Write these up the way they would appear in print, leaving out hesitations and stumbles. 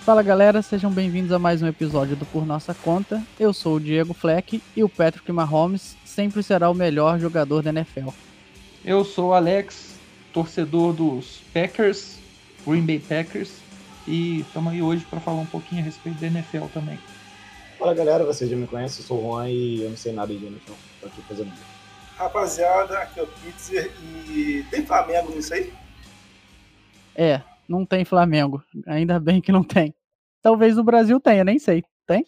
Fala galera, sejam bem-vindos a mais um episódio do Por Nossa Conta. Eu sou o Diego Fleck e o Patrick Mahomes sempre será o melhor jogador da NFL. Eu sou o Alex, torcedor dos Packers, Green Bay Packers, e estamos aí hoje para falar um pouquinho a respeito da NFL também. Fala galera, vocês já me conhecem, eu sou o Juan e eu não sei nada de NFL, tô aqui fazendo. Rapaziada, aqui é o Pitzer e tem Flamengo nisso aí? Não tem Flamengo, ainda bem que não tem. Talvez no Brasil tenha, nem sei. Tem?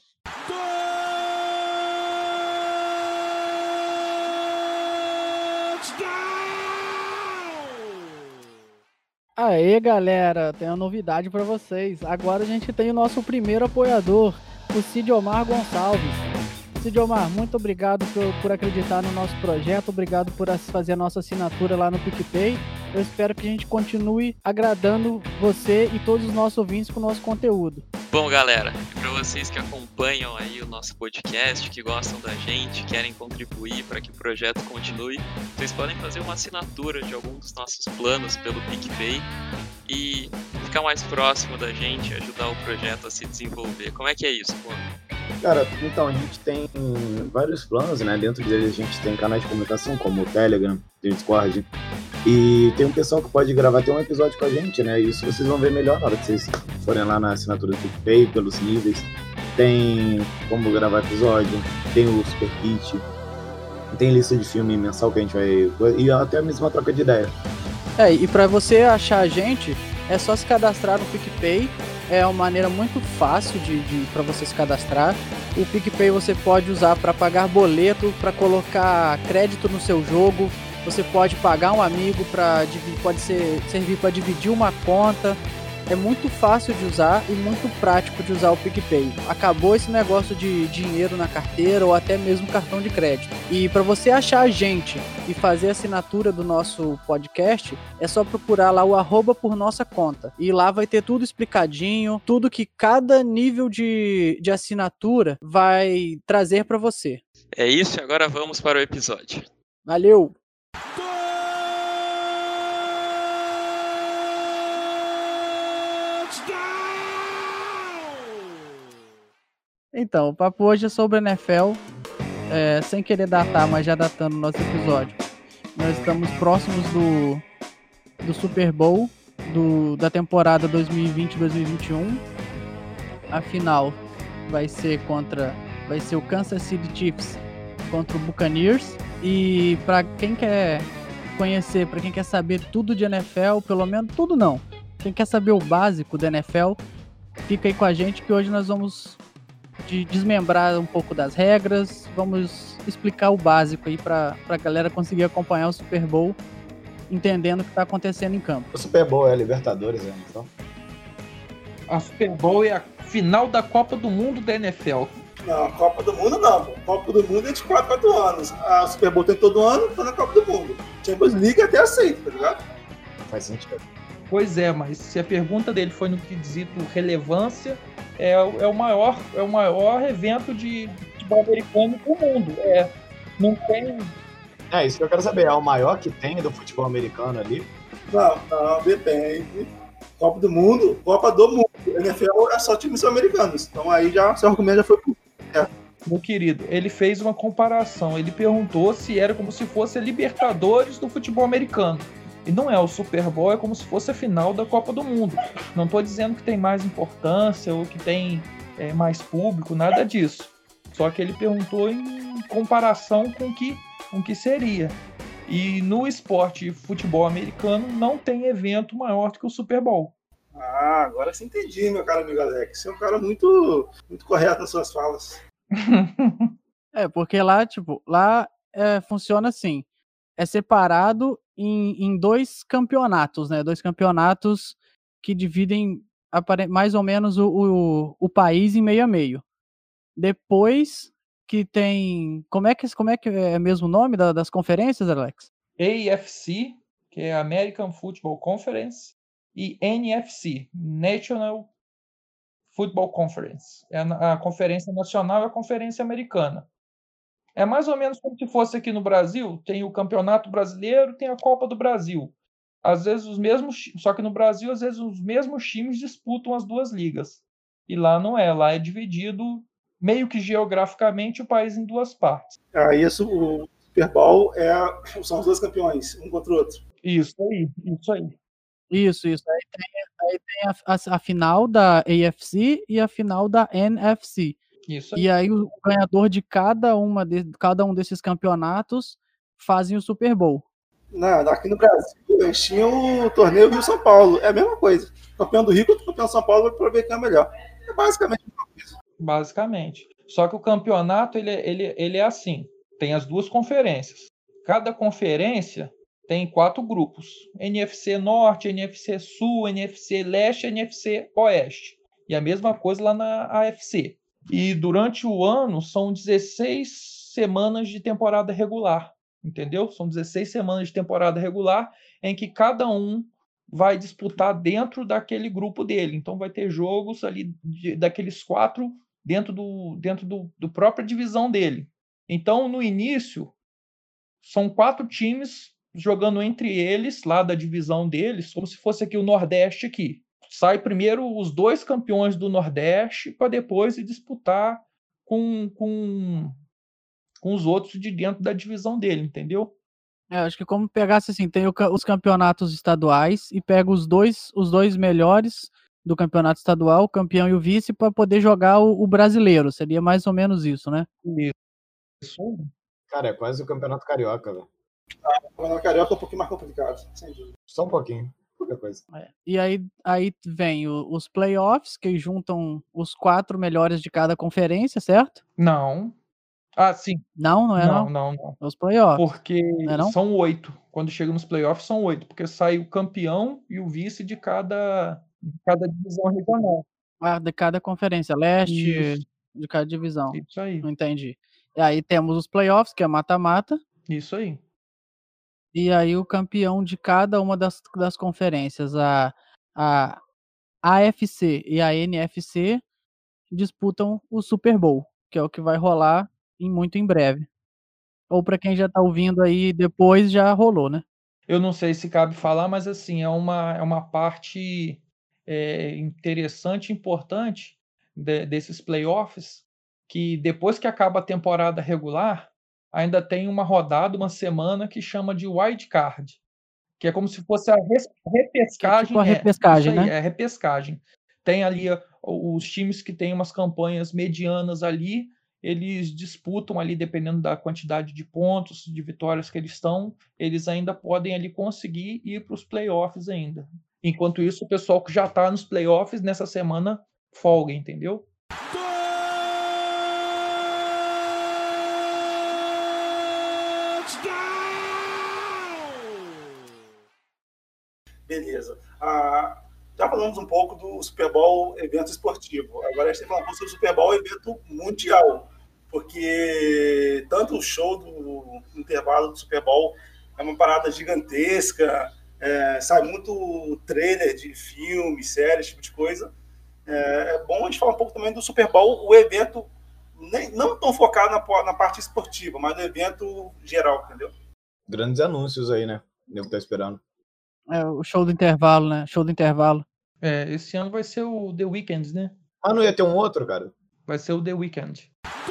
Aê galera, tem uma novidade pra vocês. Agora a gente tem o nosso primeiro apoiador, o Cidiomar Gonçalves. Cidiomar, muito obrigado por acreditar no nosso projeto, obrigado por fazer a nossa assinatura lá no PicPay. Eu espero que a gente continue agradando você e todos os nossos ouvintes com o nosso conteúdo. Bom, galera, para vocês que acompanham aí o nosso podcast, que gostam da gente, querem contribuir para que o projeto continue, vocês podem fazer uma assinatura de algum dos nossos planos pelo PicPay e ficar mais próximo da gente, ajudar o projeto a se desenvolver. Como é que é isso, pô? Cara, então a gente tem vários planos, né? Dentro deles a gente tem canais de comunicação como o Telegram, o Discord, e tem um pessoal que pode gravar até um episódio com a gente, né? Isso vocês vão ver melhor na hora que vocês forem lá na assinatura do PicPay, pelos níveis. Tem como gravar episódio, tem o Super Kit, tem lista de filme mensal que a gente vai... e até a mesma troca de ideia. E para você achar a gente, é só se cadastrar no PicPay. É uma maneira muito fácil para você se cadastrar. O PicPay você pode usar para pagar boleto, para colocar crédito no seu jogo. Você pode pagar um amigo, pode servir para dividir uma conta. É muito fácil de usar e muito prático de usar o PicPay. Acabou esse negócio de dinheiro na carteira ou até mesmo cartão de crédito. E para você achar a gente e fazer a assinatura do nosso podcast, é só procurar lá o @ por nossa conta. E lá vai ter tudo explicadinho, tudo que cada nível de assinatura vai trazer para você. É isso, e agora vamos para o episódio. Valeu! Então, o papo hoje é sobre NFL, sem querer datar, mas já datando o nosso episódio. Nós estamos próximos do Super Bowl da temporada 2020-2021. A final vai ser o Kansas City Chiefs contra o Buccaneers. E para quem quer conhecer, para quem quer saber tudo de NFL, pelo menos tudo não, quem quer saber o básico da NFL, fica aí com a gente que hoje nós vamos desmembrar um pouco das regras, vamos explicar o básico aí pra galera conseguir acompanhar o Super Bowl, entendendo o que tá acontecendo em campo. O Super Bowl é a Libertadores, né? Então... A Super Bowl é a final da Copa do Mundo da NFL. Não, a Copa do Mundo não, pô. Copa do Mundo é de 4 anos. A Super Bowl tem todo ano, tá na Copa do Mundo. Champions League até aceita, tá ligado? Faz sentido. Pois é, mas se a pergunta dele foi no quesito relevância, é o maior evento de futebol americano do mundo. Não tem... É, isso que eu quero saber, é o maior que tem do futebol americano ali? Não, depende. Copa do Mundo. NFL é só times americanos. Então aí seu argumento já foi pro... Meu querido, ele fez uma comparação. Ele perguntou se era como se fosse a Libertadores do futebol americano. E não é, o Super Bowl é como se fosse a final da Copa do Mundo. Não estou dizendo que tem mais importância ou que tem mais público, nada disso. Só que ele perguntou em comparação com o que seria. E no esporte futebol americano não tem evento maior do que o Super Bowl. Ah, agora sim entendi, meu caro amigo Alex. Você é um cara muito, muito correto nas suas falas. Porque lá funciona assim. É separado em dois campeonatos, né? 2 campeonatos que dividem mais ou menos o país em meio a meio. Depois que tem... Como é que é mesmo o nome das conferências, Alex? AFC, que é American Football Conference, e NFC, National Football Conference. A conferência nacional e a conferência americana. É mais ou menos como se fosse aqui no Brasil, tem o Campeonato Brasileiro, tem a Copa do Brasil. Às vezes só que no Brasil, às vezes os mesmos times disputam as duas ligas. E lá não é, lá é dividido meio que geograficamente o país em duas partes. Isso, o Super Bowl são os dois campeões, um contra o outro. Isso aí. Isso. Aí tem a final da AFC e a final da NFC. Isso aí. E aí o ganhador de cada um desses campeonatos fazem o Super Bowl. Aqui no Brasil, eles tinham o torneio Rio-São Paulo. É a mesma coisa. O campeão do Rio contra o campeão de São Paulo para ver quem é melhor. É basicamente a mesma coisa. Basicamente. Só que o campeonato, ele é assim. Tem as duas conferências. Cada conferência tem 4 grupos. NFC Norte, NFC Sul, NFC Leste e NFC Oeste. E a mesma coisa lá na AFC. E durante o ano são 16 semanas de temporada regular. Entendeu? São 16 semanas de temporada regular em que cada um vai disputar dentro daquele grupo dele. Então vai ter jogos ali daqueles 4 dentro do própria divisão dele. Então, no início, são 4 times jogando entre eles, lá da divisão deles, como se fosse aqui o Nordeste aqui. Sai primeiro os 2 campeões do Nordeste para depois ir disputar com os outros de dentro da divisão dele, entendeu? Acho que como pegasse assim, tem os campeonatos estaduais e pega os dois melhores do campeonato estadual, o campeão e o vice, para poder jogar o brasileiro. Seria mais ou menos isso, né? Isso. Cara, é quase o campeonato carioca, velho. O campeonato carioca é um pouquinho mais complicado, sem dúvida. Só um pouquinho. Pouca coisa. E aí vem os playoffs, que juntam os 4 melhores de cada conferência, certo? Não. Ah, sim. Não é não? Não. Os playoffs. Porque não? São 8. Quando chega nos playoffs, são 8. Porque sai o campeão e o vice de cada divisão regional. De cada conferência. Leste, Isso. de cada divisão. Isso aí. Não entendi. E aí temos os playoffs, que é mata-mata. Isso aí. E aí o campeão de cada uma das conferências. A AFC e a NFC disputam o Super Bowl, que é o que vai rolar muito em breve. Ou para quem já tá ouvindo aí depois, já rolou, né? Eu não sei se cabe falar, mas assim, é uma parte interessante e importante desses playoffs, que depois que acaba a temporada regular, ainda tem uma rodada, uma semana, que chama de wild card, que é como se fosse a repescagem. Tipo a repescagem, né? É a repescagem. Tem ali os times que têm umas campanhas medianas ali, eles disputam ali, dependendo da quantidade de pontos, de vitórias que eles estão, eles ainda podem ali conseguir ir para os playoffs ainda. Enquanto isso, o pessoal que já está nos playoffs, nessa semana, folga, entendeu? Beleza. Já falamos um pouco do Super Bowl evento esportivo. Agora a gente tem que falar um pouco sobre o Super Bowl evento mundial. Porque tanto o show do intervalo do Super Bowl é uma parada gigantesca, sai muito trailer de filme, série, esse tipo de coisa. É bom a gente falar um pouco também do Super Bowl, o evento não tão focado na parte esportiva, mas no evento geral, entendeu? Grandes anúncios aí, né? O nego tá esperando. O show do intervalo, né? Show do intervalo. Esse ano vai ser o The Weeknd, né? Ah, não ia ter um outro, cara? Vai ser o The Weeknd.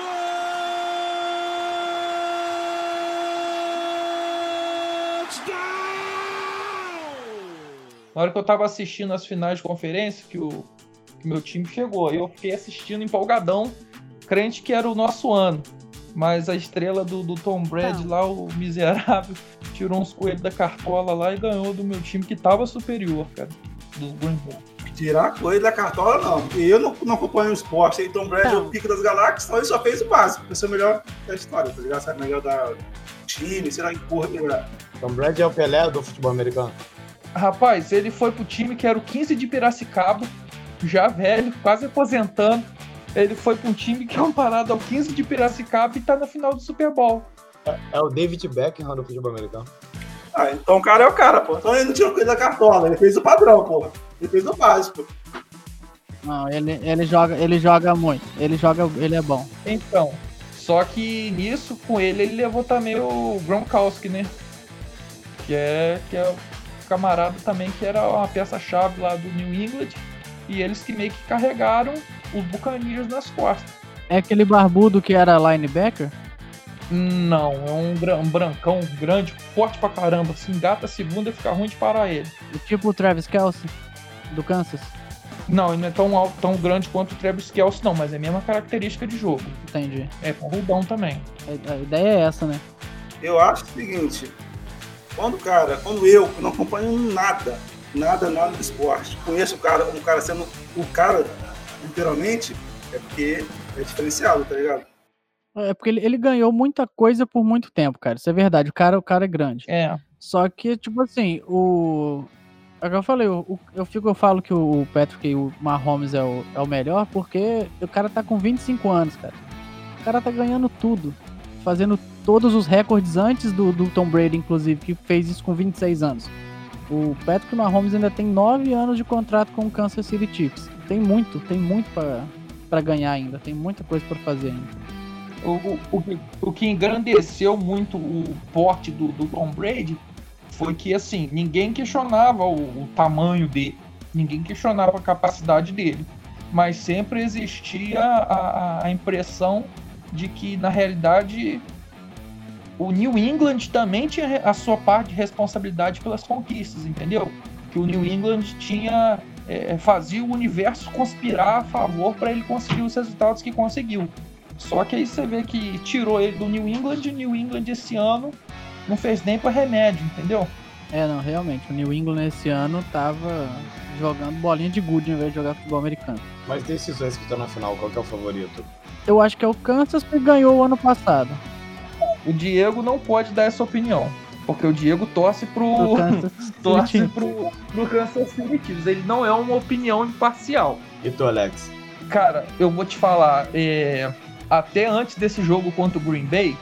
Na hora que eu tava assistindo as finais de conferência, que o meu time chegou, eu fiquei assistindo empolgadão, crente que era o nosso ano. Mas a estrela do Tom Brady lá, o miserável, tirou uns coelhos da cartola lá e ganhou do meu time que tava superior, cara, do Green Bay. Tirar coelho da cartola, não. Porque eu não acompanho o esporte. Aí Tom Brady é o pico das galáxias, então ele só fez o básico. Esse é o melhor da história, tá ligado? Sabe, melhor da time, sei lá, que porra que é. Tom Brady é o Pelé do futebol americano. Rapaz, ele foi pro time que era o 15 de Piracicaba, já velho, quase aposentando. Ele foi pra um time que é comparado ao 15 de Piracicaba e tá na final do Super Bowl. É o David Beckham do futebol americano. Então o cara é o cara, pô. Então ele não tirou coisa da cartola, ele fez o padrão, pô. Ele fez o básico. Não, ele joga muito. Ele é bom. Então, só que nisso, com ele levou também o Gronkowski, né? Que é o camarada também que era uma peça-chave lá do New England. E eles que meio que carregaram os Buccaneers nas costas. É aquele barbudo que era linebacker? Não, é um brancão grande, forte pra caramba. Se engata a segunda, fica ruim de parar ele. Tipo o Travis Kelce, do Kansas? Não, ele não é tão alto, tão grande quanto o Travis Kelce, não, mas é a mesma característica de jogo. Entendi. É parrudão também. A ideia é essa, né? Eu acho o seguinte, quando eu não acompanho nada do esporte, conheço um cara sendo o cara, literalmente, é porque é diferenciado, tá ligado? É porque ele ganhou muita coisa por muito tempo, cara. Isso é verdade. O cara é grande. É. Só que, tipo assim, Agora eu falei, eu falo que o Patrick e o Mahomes é o melhor porque o cara tá com 25 anos, cara. O cara tá ganhando tudo. Fazendo todos os recordes antes do Tom Brady, inclusive, que fez isso com 26 anos. O Patrick Mahomes ainda tem 9 anos de contrato com o Kansas City Chiefs. Tem muito pra ganhar ainda. Tem muita coisa pra fazer ainda. O que engrandeceu muito o porte do Tom Brady foi que, assim, ninguém questionava o tamanho dele, ninguém questionava a capacidade dele, mas sempre existia a impressão de que, na realidade, o New England também tinha a sua parte de responsabilidade pelas conquistas, entendeu? Que o New England fazia o universo conspirar a favor para ele conseguir os resultados que conseguiu. Só que aí você vê que tirou ele do New England, e o New England esse ano não fez nem para remédio, entendeu? Não, realmente, o New England esse ano tava jogando bolinha de gude ao invés de jogar futebol americano. Mas desses dois que estão na final, qual que é o favorito? Eu acho que é o Kansas que ganhou o ano passado. O Diego não pode dar essa opinião, porque o Diego torce pro Kansas City Chiefs. Ele não é uma opinião imparcial. E tu, Alex? Cara, eu vou te falar, até antes desse jogo contra o Green Bay,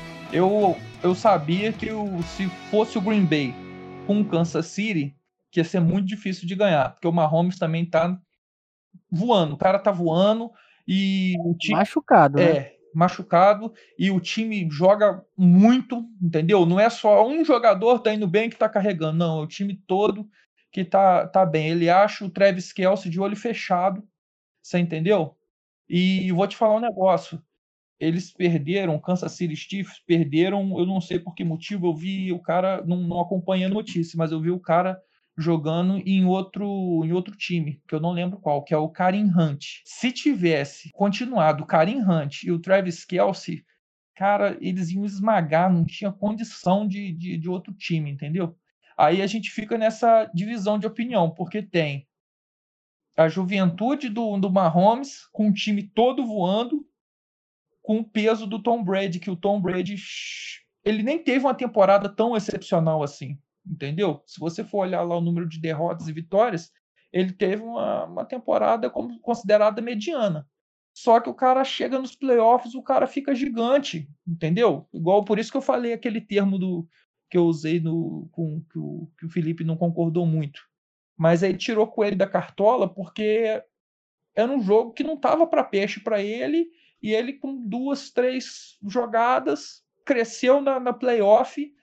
eu sabia que se fosse o Green Bay com o Kansas City, que ia ser muito difícil de ganhar, porque o Mahomes também tá voando, o cara tá voando e o time... Machucado, né? Machucado, e o time joga muito, entendeu? Não é só um jogador tá indo bem que tá carregando, não, é o time todo que tá bem. Ele acha o Travis Kelce de olho fechado, você entendeu? E vou te falar um negócio, eles perderam, Kansas City Chiefs perderam, eu não sei por que motivo, eu vi o cara, não acompanhei a notícia, mas eu vi o cara jogando em outro time, que eu não lembro qual, que é o Kareem Hunt. Se tivesse continuado o Kareem Hunt e o Travis Kelce, cara, eles iam esmagar, não tinha condição de outro time, entendeu? Aí a gente fica nessa divisão de opinião, porque tem a juventude do Mahomes, com o time todo voando, com o peso do Tom Brady, que o Tom Brady ele nem teve uma temporada tão excepcional assim, entendeu? Se você for olhar lá o número de derrotas e vitórias, ele teve uma temporada considerada mediana. Só que o cara chega nos playoffs, o cara fica gigante, entendeu? Igual por isso que eu falei aquele termo que eu usei que o Felipe não concordou muito. Mas aí tirou coelho da cartola porque era um jogo que não estava para peixe para ele, e ele com 2, 3 jogadas cresceu na playoff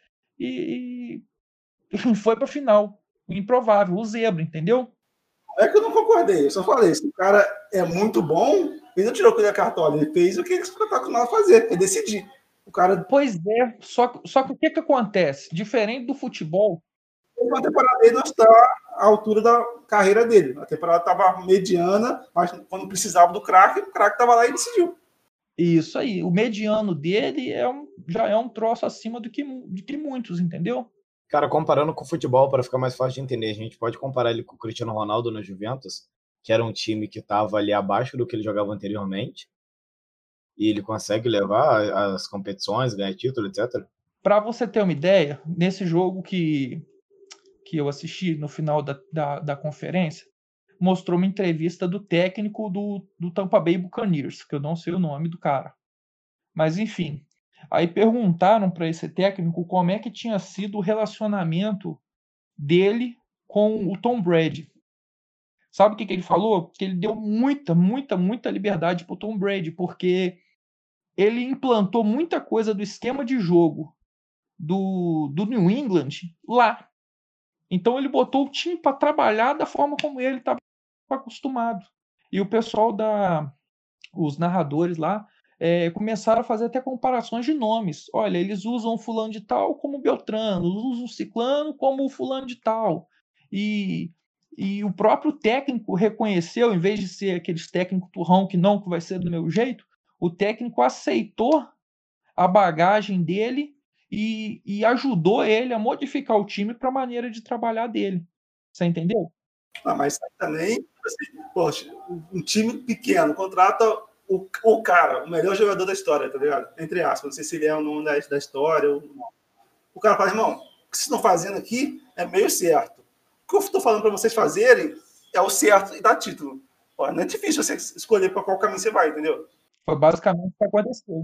e foi para final. O improvável, o zebra, entendeu? É que eu não concordei, eu só falei, se o cara é muito bom, ele não tirou coelho da cartola, ele fez o que ele está acostumado a fazer, é decidir. O cara... Pois é, só que o que acontece? Diferente do futebol, a temporada dele não está à altura da carreira dele. A temporada estava mediana, mas quando precisava do craque, o craque estava lá e decidiu. Isso aí. O mediano dele já é um troço acima de que muitos, entendeu? Cara, comparando com o futebol, para ficar mais fácil de entender, a gente pode comparar ele com o Cristiano Ronaldo na Juventus, que era um time que estava ali abaixo do que ele jogava anteriormente, e ele consegue levar as competições, ganhar título, etc. Para você ter uma ideia, nesse jogo que eu assisti no final da conferência, mostrou uma entrevista do técnico do Tampa Bay Buccaneers, que eu não sei o nome do cara. Mas, enfim, aí perguntaram para esse técnico como é que tinha sido o relacionamento dele com o Tom Brady. Sabe o que ele falou? Que ele deu muita, muita, muita liberdade para o Tom Brady, porque ele implantou muita coisa do esquema de jogo do New England lá. Então ele botou o time para trabalhar da forma como ele estava acostumado. E o pessoal os narradores lá começaram a fazer até comparações de nomes. Olha, eles usam fulano de tal como Beltrano, usam ciclano como fulano de tal. E, e o próprio técnico reconheceu, em vez de ser aqueles técnicos turrão que não, que vai ser do meu jeito, o técnico aceitou a bagagem dele e ajudou ele a modificar o time para a maneira de trabalhar dele. Você entendeu? Mas também, assim, poxa, um time pequeno contrata o cara, o melhor jogador da história, tá ligado? Entre aspas, não sei se ele é o nome da história ou não. O cara fala, irmão, o que vocês estão fazendo aqui é meio certo. O que eu estou falando para vocês fazerem é o certo e dá título. Pô, não é difícil você escolher para qual caminho você vai, entendeu? Foi basicamente o que aconteceu.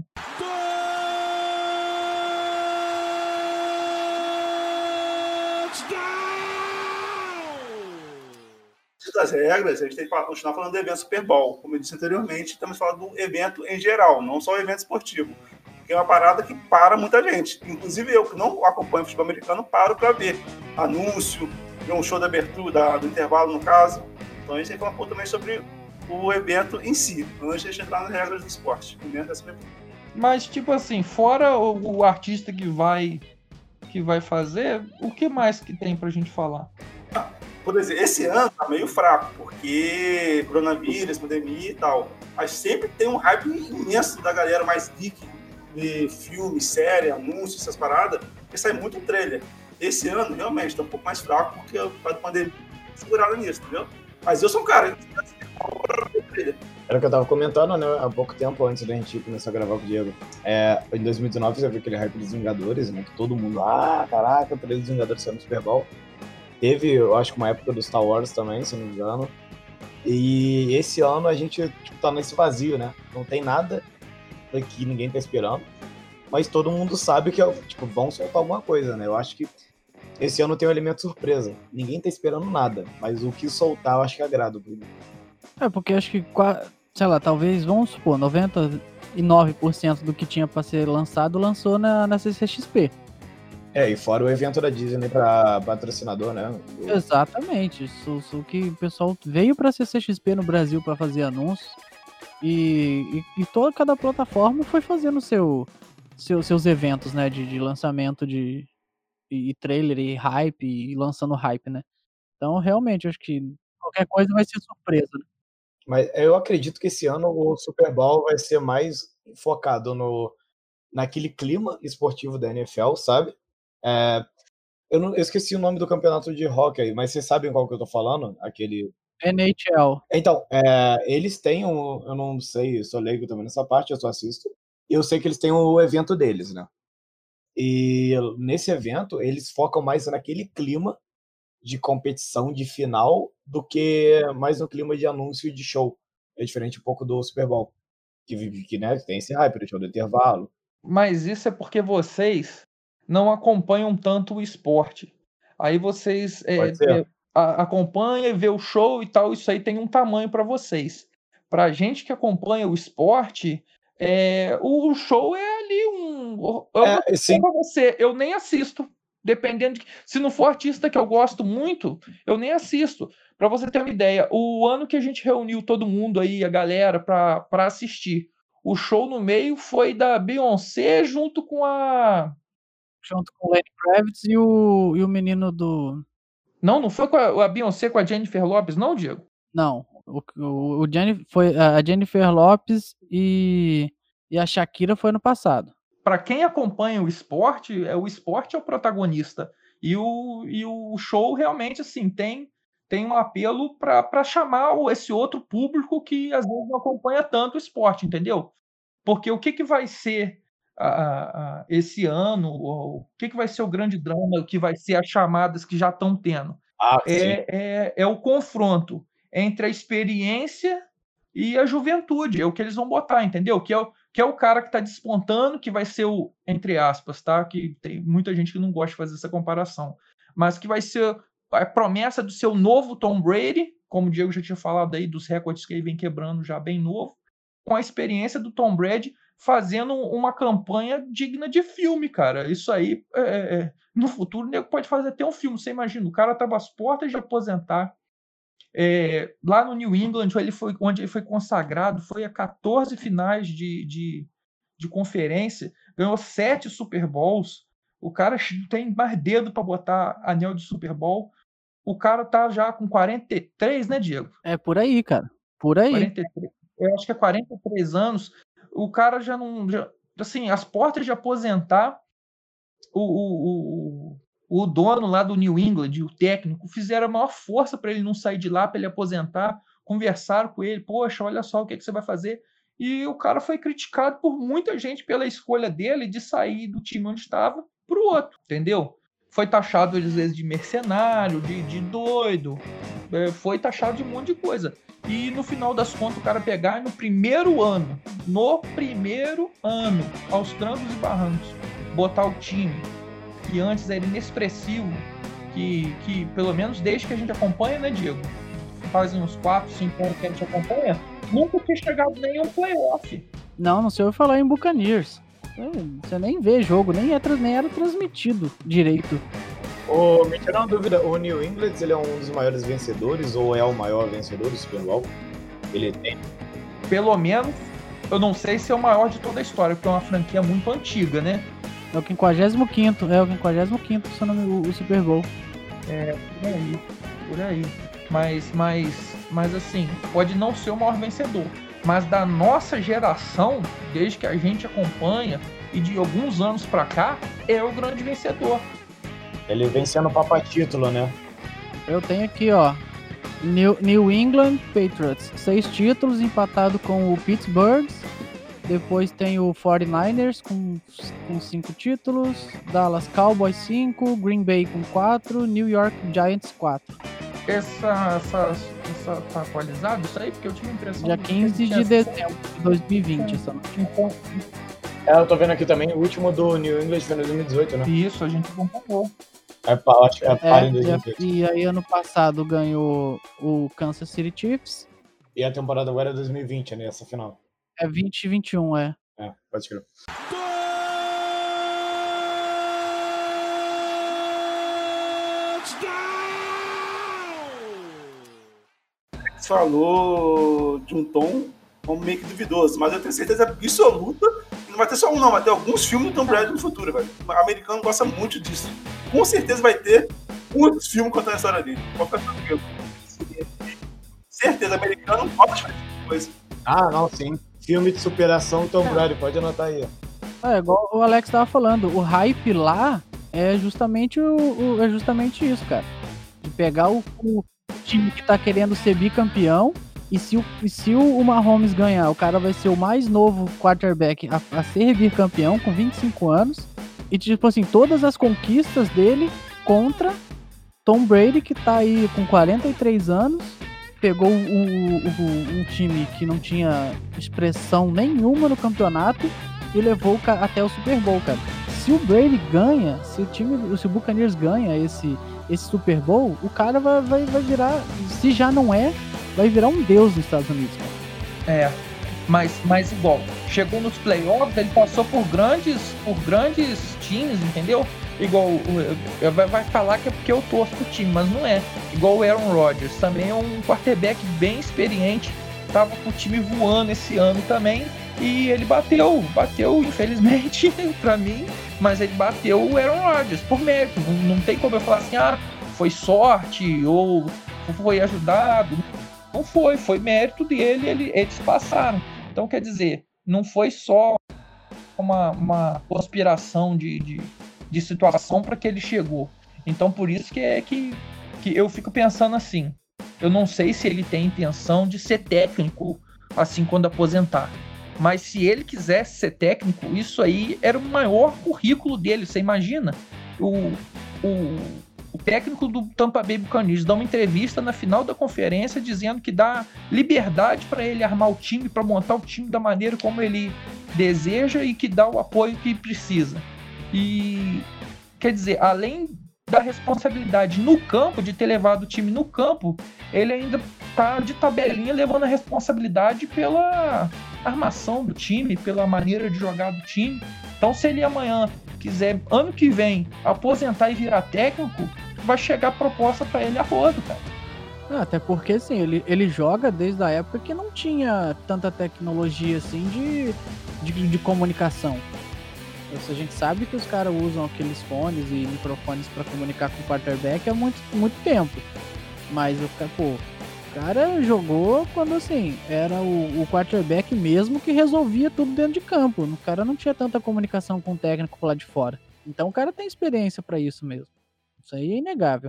Das regras, a gente tem que continuar falando do evento Super Bowl. Como eu disse anteriormente, estamos falando do evento em geral, não só o evento esportivo. Que é uma parada que para muita gente. Inclusive eu, que não acompanho o futebol americano, paro para ver anúncio, ver um show de abertura, do intervalo, no caso. Então a gente tem que falar um pouco também sobre o evento em si, antes de entrar nas regras do esporte. Mas, tipo assim, fora o artista que vai fazer, o que mais que tem pra gente falar? Por exemplo, esse ano tá meio fraco, porque coronavírus, pandemia e tal. Mas sempre tem um hype imenso da galera mais geek de filme, série, anúncios, essas paradas, que sai muito trailer. Esse ano, realmente, tá um pouco mais fraco, porque a pandemia segurada nisso, entendeu? Mas eu sou um cara, Era o que eu tava comentando, né, há pouco tempo antes da gente começar a gravar com o Diego. Em 2019 você viu aquele hype dos Vingadores, né, que todo mundo, caraca, o trailer dos Vingadores saiu no Super Bowl. Teve, eu acho que uma época do Star Wars também, se não me engano. E esse ano a gente tá nesse vazio, né? Não tem nada que ninguém tá esperando. Mas todo mundo sabe que vão soltar alguma coisa, né? Eu acho que esse ano tem um elemento surpresa. Ninguém tá esperando nada. Mas o que soltar eu acho que agrada o público. Porque acho que, sei lá, talvez, vamos supor, 99% do que tinha pra ser lançado lançou na CCXP. E fora o evento da Disney para patrocinador, né? Exatamente. Isso que o pessoal veio pra CCXP no Brasil para fazer anúncios. E cada plataforma foi fazendo seus eventos, né? De lançamento e trailer e hype, e lançando hype, né? Então, realmente, acho que qualquer coisa vai ser surpresa, né? Mas eu acredito que esse ano o Super Bowl vai ser mais focado naquele clima esportivo da NFL, sabe? Eu esqueci o nome do campeonato de hockey, mas vocês sabem qual que eu tô falando? Aquele... NHL. Então, eles têm eu não sei, eu sou leigo também nessa parte, eu só assisto. E eu sei que eles têm o evento deles, né? E nesse evento, eles focam mais naquele clima de competição de final do que mais no clima de anúncio de show. É diferente um pouco do Super Bowl, que né, tem esse hype do show do intervalo. Mas isso é porque vocês não acompanham tanto o esporte. Aí vocês Pode ser? acompanham e vê o show e tal, isso aí tem um tamanho para vocês. Para a gente que acompanha o esporte, o show é ali eu vou Sim. para você, eu nem assisto. Dependendo se não for artista que eu gosto muito, eu nem assisto. Para você ter uma ideia, o ano que a gente reuniu todo mundo aí, a galera, para assistir, o show no meio foi da Beyoncé junto com Junto com o Lenny Kravitz e o menino do... Não foi com a Beyoncé com a Jennifer Lopez, não, Diego? Não, foi a Jennifer Lopez e a Shakira foi no passado. Para quem acompanha o esporte é o protagonista. E o show realmente assim tem um apelo para chamar esse outro público que às vezes não acompanha tanto o esporte, entendeu? Porque o que vai ser esse ano, o que vai ser o grande drama, o que vai ser as chamadas que já estão tendo? Sim. É o confronto entre a experiência e a juventude, é o que eles vão botar, entendeu? Que é o cara que está despontando, que vai ser o, entre aspas, tá? Que tem muita gente que não gosta de fazer essa comparação, mas que vai ser a promessa do seu novo Tom Brady, como o Diego já tinha falado aí, dos recordes que ele vem quebrando já bem novo, com a experiência do Tom Brady fazendo uma campanha digna de filme, cara. Isso aí, no futuro, o nego pode fazer até um filme. Você imagina, o cara estava às portas de aposentar, Lá no New England, onde ele foi consagrado, foi a 14 finais de conferência, ganhou 7 Super Bowls. O cara tem mais dedo para botar anel de Super Bowl. O cara tá já com 43, né, Diego? É por aí, cara. Por aí. 43, eu acho que é 43 anos. O cara já não... assim, as portas de aposentar, o dono lá do New England, o técnico, fizeram a maior força para ele não sair de lá, para ele aposentar, conversaram com ele, poxa, olha só o que você vai fazer. E o cara foi criticado por muita gente pela escolha dele de sair do time onde estava para o outro, entendeu? Foi taxado, às vezes, de mercenário, de doido, foi taxado de um monte de coisa. E no final das contas, o cara pegar no primeiro ano, aos trancos e barrancos, botar o time que antes era inexpressivo, que pelo menos desde que a gente acompanha, né, Diego? Fazem uns 4, 5 anos que a gente acompanha, nunca tinha chegado nenhum playoff. Não sei eu falar em Buccaneers. Você nem vê jogo, nem era transmitido direito. Me tira uma dúvida, o New England, ele é um dos maiores vencedores ou é o maior vencedor do Super Bowl? Ele tem? Pelo menos, eu não sei se é o maior de toda a história, porque é uma franquia muito antiga, né? É o 55º, seu nome, o Super Bowl. Por aí. Mas assim, pode não ser o maior vencedor. Mas da nossa geração, desde que a gente acompanha, e de alguns anos pra cá, é o grande vencedor. Ele vencendo o papa-título, né? Eu tenho aqui, ó, New England Patriots, 6 títulos, empatado com o Pittsburgh. Depois tem o 49ers com 5 títulos, Dallas Cowboys 5, Green Bay com 4, New York Giants 4. Essa tá atualizado isso aí? Porque eu tive a impressão... Dia 15 de dezembro de 2020, só. Eu tô vendo aqui também, o último do New England foi em 2018, né? Isso, a gente acompanhou. Acho que em 2018. E aí ano passado ganhou o Kansas City Chiefs. E a temporada agora é 2020, né? Essa final. É 2021, é. Pode crer. Falou de um tom meio que duvidoso, mas eu tenho certeza absoluta que não vai ter só um, não, vai ter alguns filmes do Tom Brady no futuro, velho. O americano gosta muito disso. Com certeza vai ter muitos filmes contando a história dele. Pode ficar tranquilo. Certeza, americano gosta de fazer coisa. Não, sim. Filme de superação Tom Brady, pode anotar aí. Igual o Alex tava falando, o hype lá é justamente isso, cara. De pegar o time que tá querendo ser bicampeão, e se o Mahomes ganhar, o cara vai ser o mais novo quarterback a ser bicampeão, com 25 anos, e tipo assim, todas as conquistas dele contra Tom Brady, que tá aí com 43 anos, pegou um time que não tinha expressão nenhuma no campeonato e levou até o Super Bowl, cara. Se o Brady ganha, se o Buccaneers ganha esse Super Bowl, o cara vai virar, se já não vai virar um deus nos Estados Unidos, cara. Mas igual, chegou nos playoffs, ele passou por grandes times, entendeu? Igual, vai falar que é porque eu torço pro time, mas não é. Igual o Aaron Rodgers, também é um quarterback bem experiente, tava com o time voando esse ano também, e ele bateu, infelizmente, pra mim, mas ele bateu o Aaron Rodgers por mérito. Não tem como eu falar assim, foi sorte ou foi ajudado. Não foi mérito dele, eles passaram. Então, quer dizer, não foi só uma conspiração de situação para que ele chegou. Então, por isso que eu fico pensando assim, eu não sei se ele tem intenção de ser técnico assim quando aposentar. Mas se ele quisesse ser técnico, isso aí era o maior currículo dele. Você imagina? O técnico do Tampa Bay Buccaneers dá uma entrevista na final da conferência dizendo que dá liberdade para ele armar o time, para montar o time da maneira como ele deseja e que dá o apoio que precisa. E, quer dizer, além da responsabilidade no campo, de ter levado o time no campo, ele ainda tá de tabelinha levando a responsabilidade pela armação do time, pela maneira de jogar do time. Então, se ele amanhã quiser, ano que vem, aposentar e virar técnico, vai chegar proposta para ele a rodo, cara. Até porque, assim, ele joga desde a época que não tinha tanta tecnologia, assim, de comunicação. A gente sabe que os caras usam aqueles fones e microfones para comunicar com o quarterback há muito, muito tempo. Mas, o cara jogou quando, assim, era o quarterback mesmo que resolvia tudo dentro de campo. O cara não tinha tanta comunicação com o técnico lá de fora. Então o cara tem experiência para isso mesmo. Isso aí é inegável.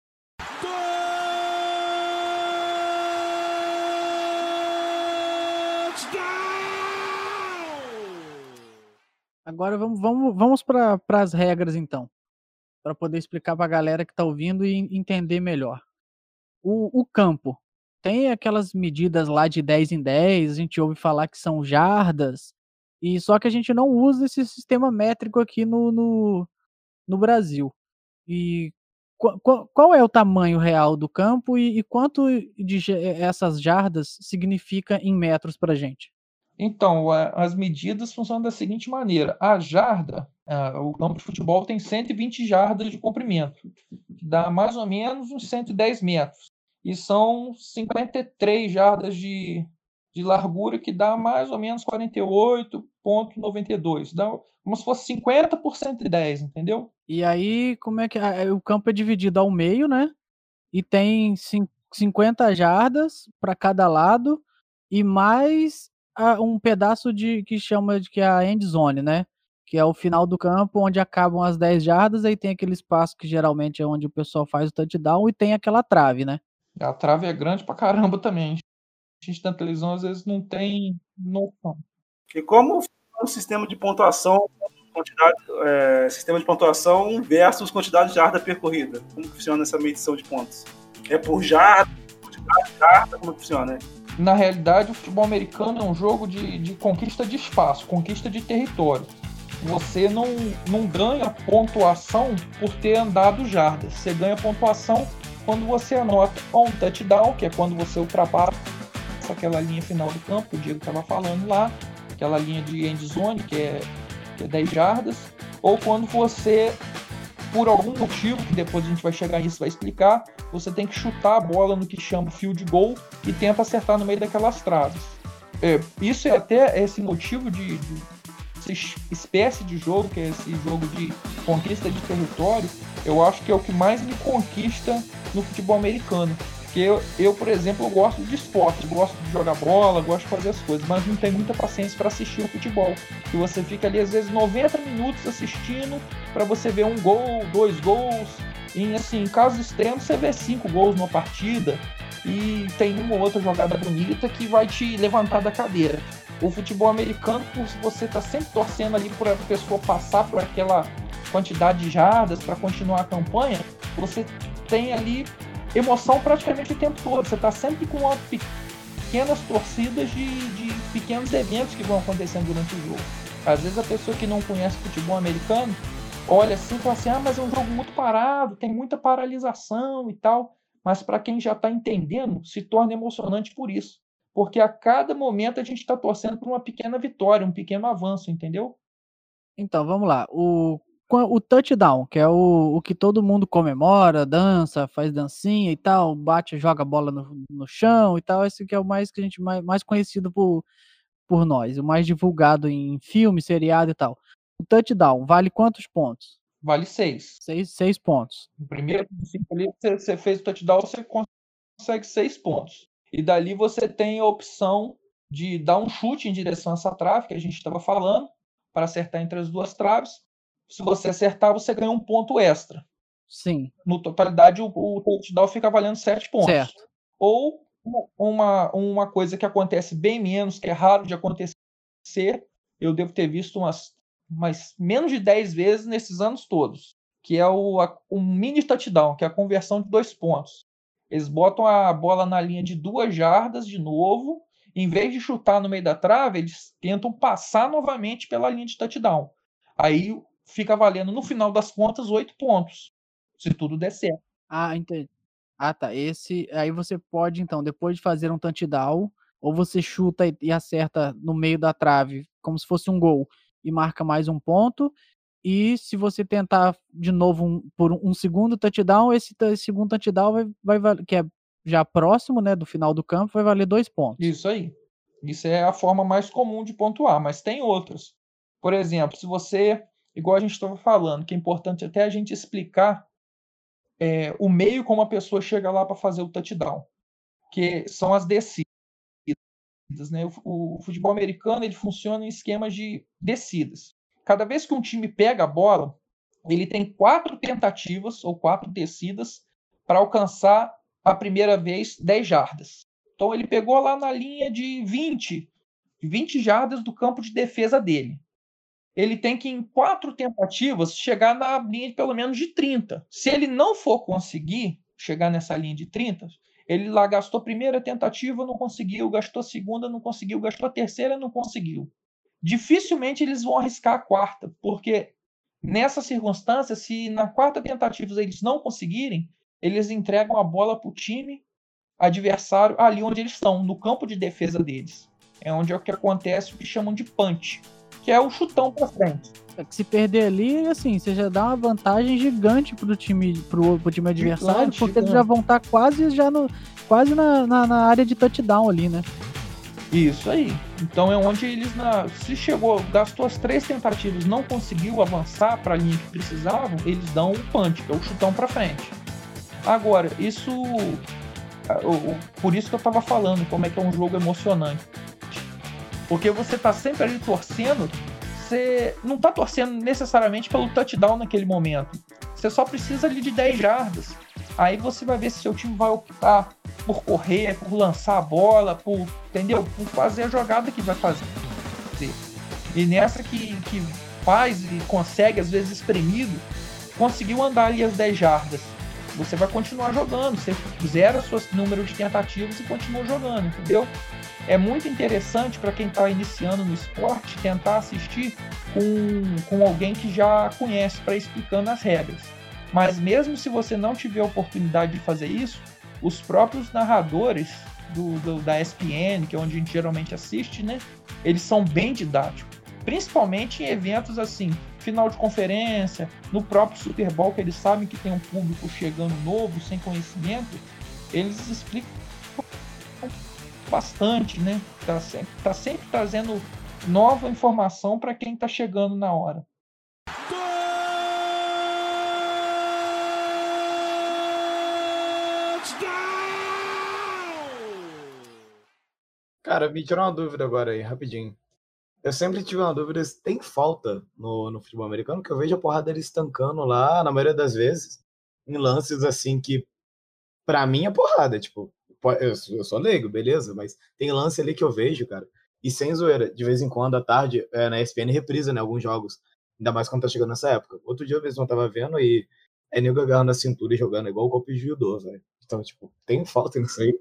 Agora vamos para as regras, então, para poder explicar para a galera que está ouvindo e entender melhor. O campo tem aquelas medidas lá de 10 em 10, a gente ouve falar que são jardas, e só que a gente não usa esse sistema métrico aqui no Brasil. E qual é o tamanho real do campo e quanto essas jardas significa em metros para a gente? Então, as medidas funcionam da seguinte maneira: a jarda, o campo de futebol tem 120 jardas de comprimento, que dá mais ou menos uns 110 metros, e são 53 jardas de largura, que dá mais ou menos 48,92. Dá como se fosse 50 por 110, entendeu? E aí, como é que o campo é dividido ao meio, né? E tem 50 jardas para cada lado e mais um pedaço que chama de que é a end zone, né? Que é o final do campo onde acabam as 10 jardas, aí tem aquele espaço que geralmente é onde o pessoal faz o touchdown e tem aquela trave, né? A trave é grande pra caramba também. A gente na televisão às vezes não tem noção. E como o sistema de pontuação, sistema de pontuação versus quantidade de jarda percorrida? Como funciona essa medição de pontos? É por jarda, quantidade de jarda, como funciona? Na realidade, o futebol americano é um jogo de conquista de espaço, conquista de território. Você não ganha pontuação por ter andado jardas. Você ganha pontuação quando você anota um touchdown, que é quando você ultrapassa aquela linha final do campo, que o Diego estava falando lá, aquela linha de end zone, que é 10 jardas, ou quando você, por algum motivo, que depois a gente vai chegar nisso e vai explicar, você tem que chutar a bola no que chama field goal e tenta acertar no meio daquelas traves. Isso é até esse motivo de essa espécie de jogo, que é esse jogo de conquista de território, eu acho que é o que mais me conquista no futebol americano. Porque eu, por exemplo, eu gosto de esporte, gosto de jogar bola, gosto de fazer as coisas, mas não tenho muita paciência para assistir o futebol. E você fica ali, às vezes, 90 minutos assistindo para você ver um gol, 2 gols. E, assim, em casos extremos, você vê 5 gols numa partida e tem uma ou outra jogada bonita que vai te levantar da cadeira. O futebol americano, você está sempre torcendo ali para a pessoa passar por aquela quantidade de jardas para continuar a campanha, você tem ali emoção praticamente o tempo todo. Você está sempre com pequenas torcidas de pequenos eventos que vão acontecendo durante o jogo. Às vezes a pessoa que não conhece futebol americano olha assim e fala assim, mas é um jogo muito parado, tem muita paralisação e tal. Mas para quem já está entendendo, se torna emocionante por isso. Porque a cada momento a gente está torcendo por uma pequena vitória, um pequeno avanço, entendeu? Então, vamos lá. O touchdown, que é o que todo mundo comemora, dança, faz dancinha e tal, bate, joga a bola no chão e tal, esse que é o mais que a gente mais conhecido por nós, o mais divulgado em filme, seriado e tal. O touchdown vale quantos pontos? Vale 6. 6 pontos. No primeiro ali, você fez o touchdown, você consegue 6 pontos. E dali você tem a opção de dar um chute em direção a essa trave que a gente estava falando, para acertar entre as duas traves. Se você acertar, você ganha um ponto extra. Sim. No totalidade, o touchdown fica valendo 7 pontos. Certo. Ou uma coisa que acontece bem menos, que é raro de acontecer, eu devo ter visto umas menos de 10 vezes nesses anos todos, que é o mini touchdown, que é a conversão de 2 pontos. Eles botam a bola na linha de 2 jardas de novo, em vez de chutar no meio da trave, eles tentam passar novamente pela linha de touchdown. Aí fica valendo, no final das contas, 8 pontos, se tudo der certo. Ah, entendi. Ah, tá. Aí você pode, então, depois de fazer um touchdown, ou você chuta e acerta no meio da trave, como se fosse um gol, e marca mais um ponto. E se você tentar de novo por um segundo touchdown, esse segundo touchdown vai que é já próximo, né, do final do campo, vai valer 2 pontos. Isso aí. Isso é a forma mais comum de pontuar, mas tem outras. Por exemplo, se você, igual a gente estava falando, que é importante até a gente explicar o meio como a pessoa chega lá para fazer o touchdown, que são as descidas, né? O futebol americano ele funciona em esquemas de descidas. Cada vez que um time pega a bola, ele tem 4 tentativas ou 4 descidas para alcançar a primeira vez 10 jardas. Então ele pegou lá na linha de 20 jardas do campo de defesa dele. Ele tem que, em 4 tentativas, chegar na linha de pelo menos de 30. Se ele não for conseguir chegar nessa linha de 30, ele lá gastou a primeira tentativa, não conseguiu, gastou a segunda, não conseguiu, gastou a terceira, não conseguiu. Dificilmente eles vão arriscar a quarta, porque nessa circunstância, se na 4ª tentativa eles não conseguirem, eles entregam a bola para o time adversário ali onde eles estão, no campo de defesa deles. É onde é o que acontece o que chamam de punch, que é o chutão para frente. Se perder ali, assim, você já dá uma vantagem gigante pro time adversário, porque eles já vão estar quase na área de touchdown ali, né? Isso aí. Então é onde eles, se gastou as 3 tentativas, não conseguiu avançar para a linha que precisavam, eles dão o punch, que é o chutão para frente. Agora, isso, por isso que eu estava falando, como é que é um jogo emocionante. Porque você tá sempre ali torcendo, você não tá torcendo necessariamente pelo touchdown naquele momento. Você só precisa ali de 10 jardas. Aí você vai ver se seu time vai optar por correr, por lançar a bola, entendeu? Por fazer a jogada que vai fazer. E nessa que faz e consegue, às vezes espremido, conseguiu andar ali as 10 jardas. Você vai continuar jogando, você zera o seu número de tentativas e continua jogando, entendeu? É muito interessante para quem está iniciando no esporte tentar assistir com alguém que já conhece para explicando as regras. Mas mesmo se você não tiver a oportunidade de fazer isso, os próprios narradores da ESPN, que é onde a gente geralmente assiste, né, eles são bem didáticos. Principalmente em eventos assim, final de conferência, no próprio Super Bowl, que eles sabem que tem um público chegando novo, sem conhecimento, eles explicam bastante, né? Tá sempre trazendo nova informação para quem tá chegando na hora. Cara, me tirou uma dúvida agora aí, rapidinho. Eu sempre tive uma dúvida se tem falta no futebol americano, que eu vejo a porrada deles estancando lá, na maioria das vezes, em lances assim que, pra mim, é porrada. Tipo, eu sou leigo, beleza, mas tem lance ali que eu vejo, cara, e sem zoeira, de vez em quando, à tarde, na ESPN reprisa, né, alguns jogos, ainda mais quando tá chegando nessa época. Outro dia eu mesmo tava vendo e é nego agarrando a cintura e jogando igual o golpe de judô, velho. Então, tipo, tem falta nisso aí.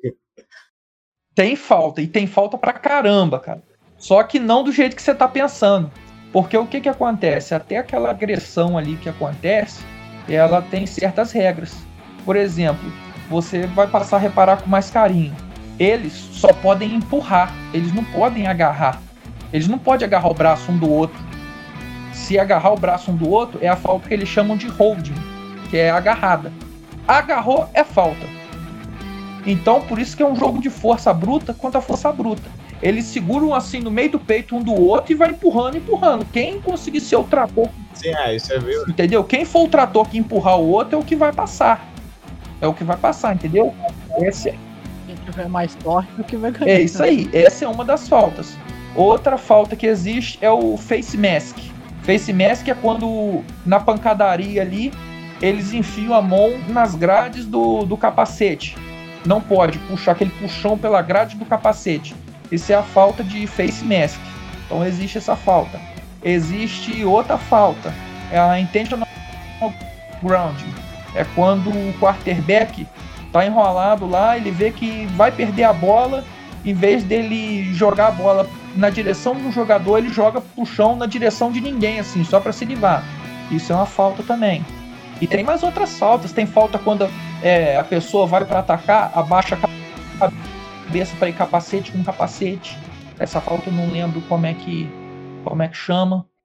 Tem falta, e tem falta pra caramba, cara. Só que não do jeito que você tá pensando. Porque o que acontece? Até aquela agressão ali que acontece, ela tem certas regras. Por exemplo, você vai passar a reparar com mais carinho. Eles só podem empurrar, eles não podem agarrar. Eles não podem agarrar o braço um do outro. Se agarrar o braço um do outro, é a falta que eles chamam de holding, que é agarrada. Agarrou, é falta. Então, por isso que é um jogo de força bruta contra força bruta. Eles seguram assim no meio do peito um do outro e vai empurrando. Quem conseguir ser o trator... Sim, isso é viu? Entendeu? Quem for o trator que empurrar o outro é o que vai passar. É o que vai passar, entendeu? Quem tiver mais forte é o que vai ganhar. É isso aí. Essa é uma das faltas. Outra falta que existe é o face mask. Face mask é quando, na pancadaria ali, eles enfiam a mão nas grades do capacete. Não pode puxar aquele puxão pela grade do capacete. Isso é a falta de face mask. Então existe essa falta. Existe outra falta. É a intentional grounding. É quando o quarterback tá enrolado lá, ele vê que vai perder a bola, em vez dele jogar a bola na direção do jogador, ele joga pro chão na direção de ninguém, assim, só para se livrar. Isso é uma falta também. E tem mais outras faltas. Tem falta quando a pessoa vai para atacar, abaixa a cabeça para ir capacete com capacete. Essa falta eu não lembro como é que chama.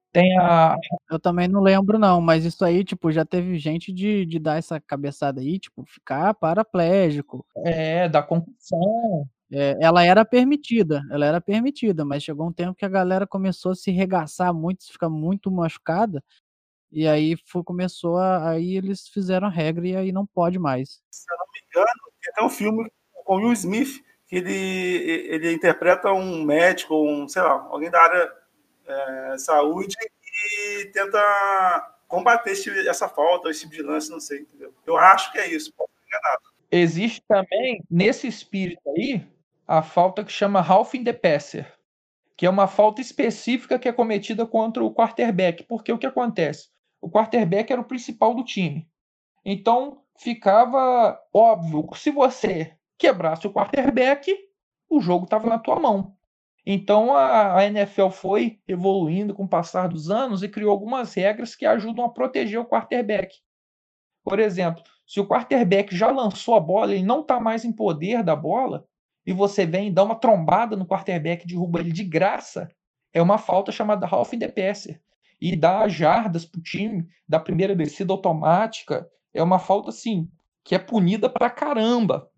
Eu também não lembro, não, mas isso aí, tipo, já teve gente de dar essa cabeçada aí, tipo, ficar paraplégico. Da concussão. Ela era permitida, mas chegou um tempo que a galera começou a se regaçar muito, ficar muito machucada, e aí aí eles fizeram a regra e aí não pode mais. Se eu não me engano, tem até um filme com Will Smith, que ele interpreta um médico, sei lá, alguém da área de saúde e tenta combater essa falta, esse tipo de lance, não sei, entendeu? Eu acho que é isso, posso estar enganado. Existe também, nesse espírito aí, a falta que chama roughing the passer, que é uma falta específica que é cometida contra o quarterback. Porque o que acontece? O quarterback era o principal do time. Então, ficava óbvio, se você quebrasse o quarterback, o jogo estava na tua mão. Então, a NFL foi evoluindo com o passar dos anos e criou algumas regras que ajudam a proteger o quarterback. Por exemplo, se o quarterback já lançou a bola, ele não está mais em poder da bola, e você vem e dá uma trombada no quarterback, derruba ele de graça, é uma falta chamada roughing the passer. E dá jardas para o time, da primeira descida automática. É uma falta, assim, que é punida pra caramba.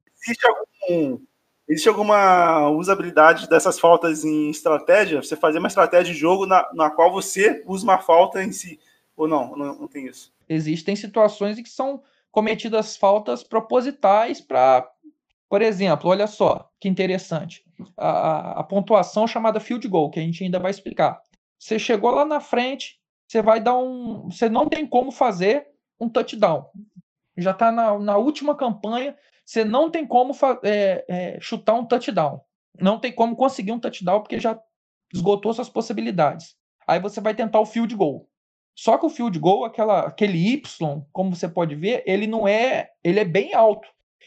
Existe alguma usabilidade dessas faltas em estratégia? Você fazer uma estratégia de jogo na qual você usa uma falta em si? Ou não tem isso? Existem situações em que são cometidas faltas propositais para... Por exemplo, olha só que interessante. A pontuação chamada field goal, que a gente ainda vai explicar. Você chegou lá na frente, você vai dar você não tem como fazer um touchdown. Já está na última campanha, você não tem como chutar um touchdown. Não tem como conseguir um touchdown porque já esgotou suas possibilidades. Aí você vai tentar o field goal. Só que o field goal, aquele Y, como você pode ver, ele é bem alto.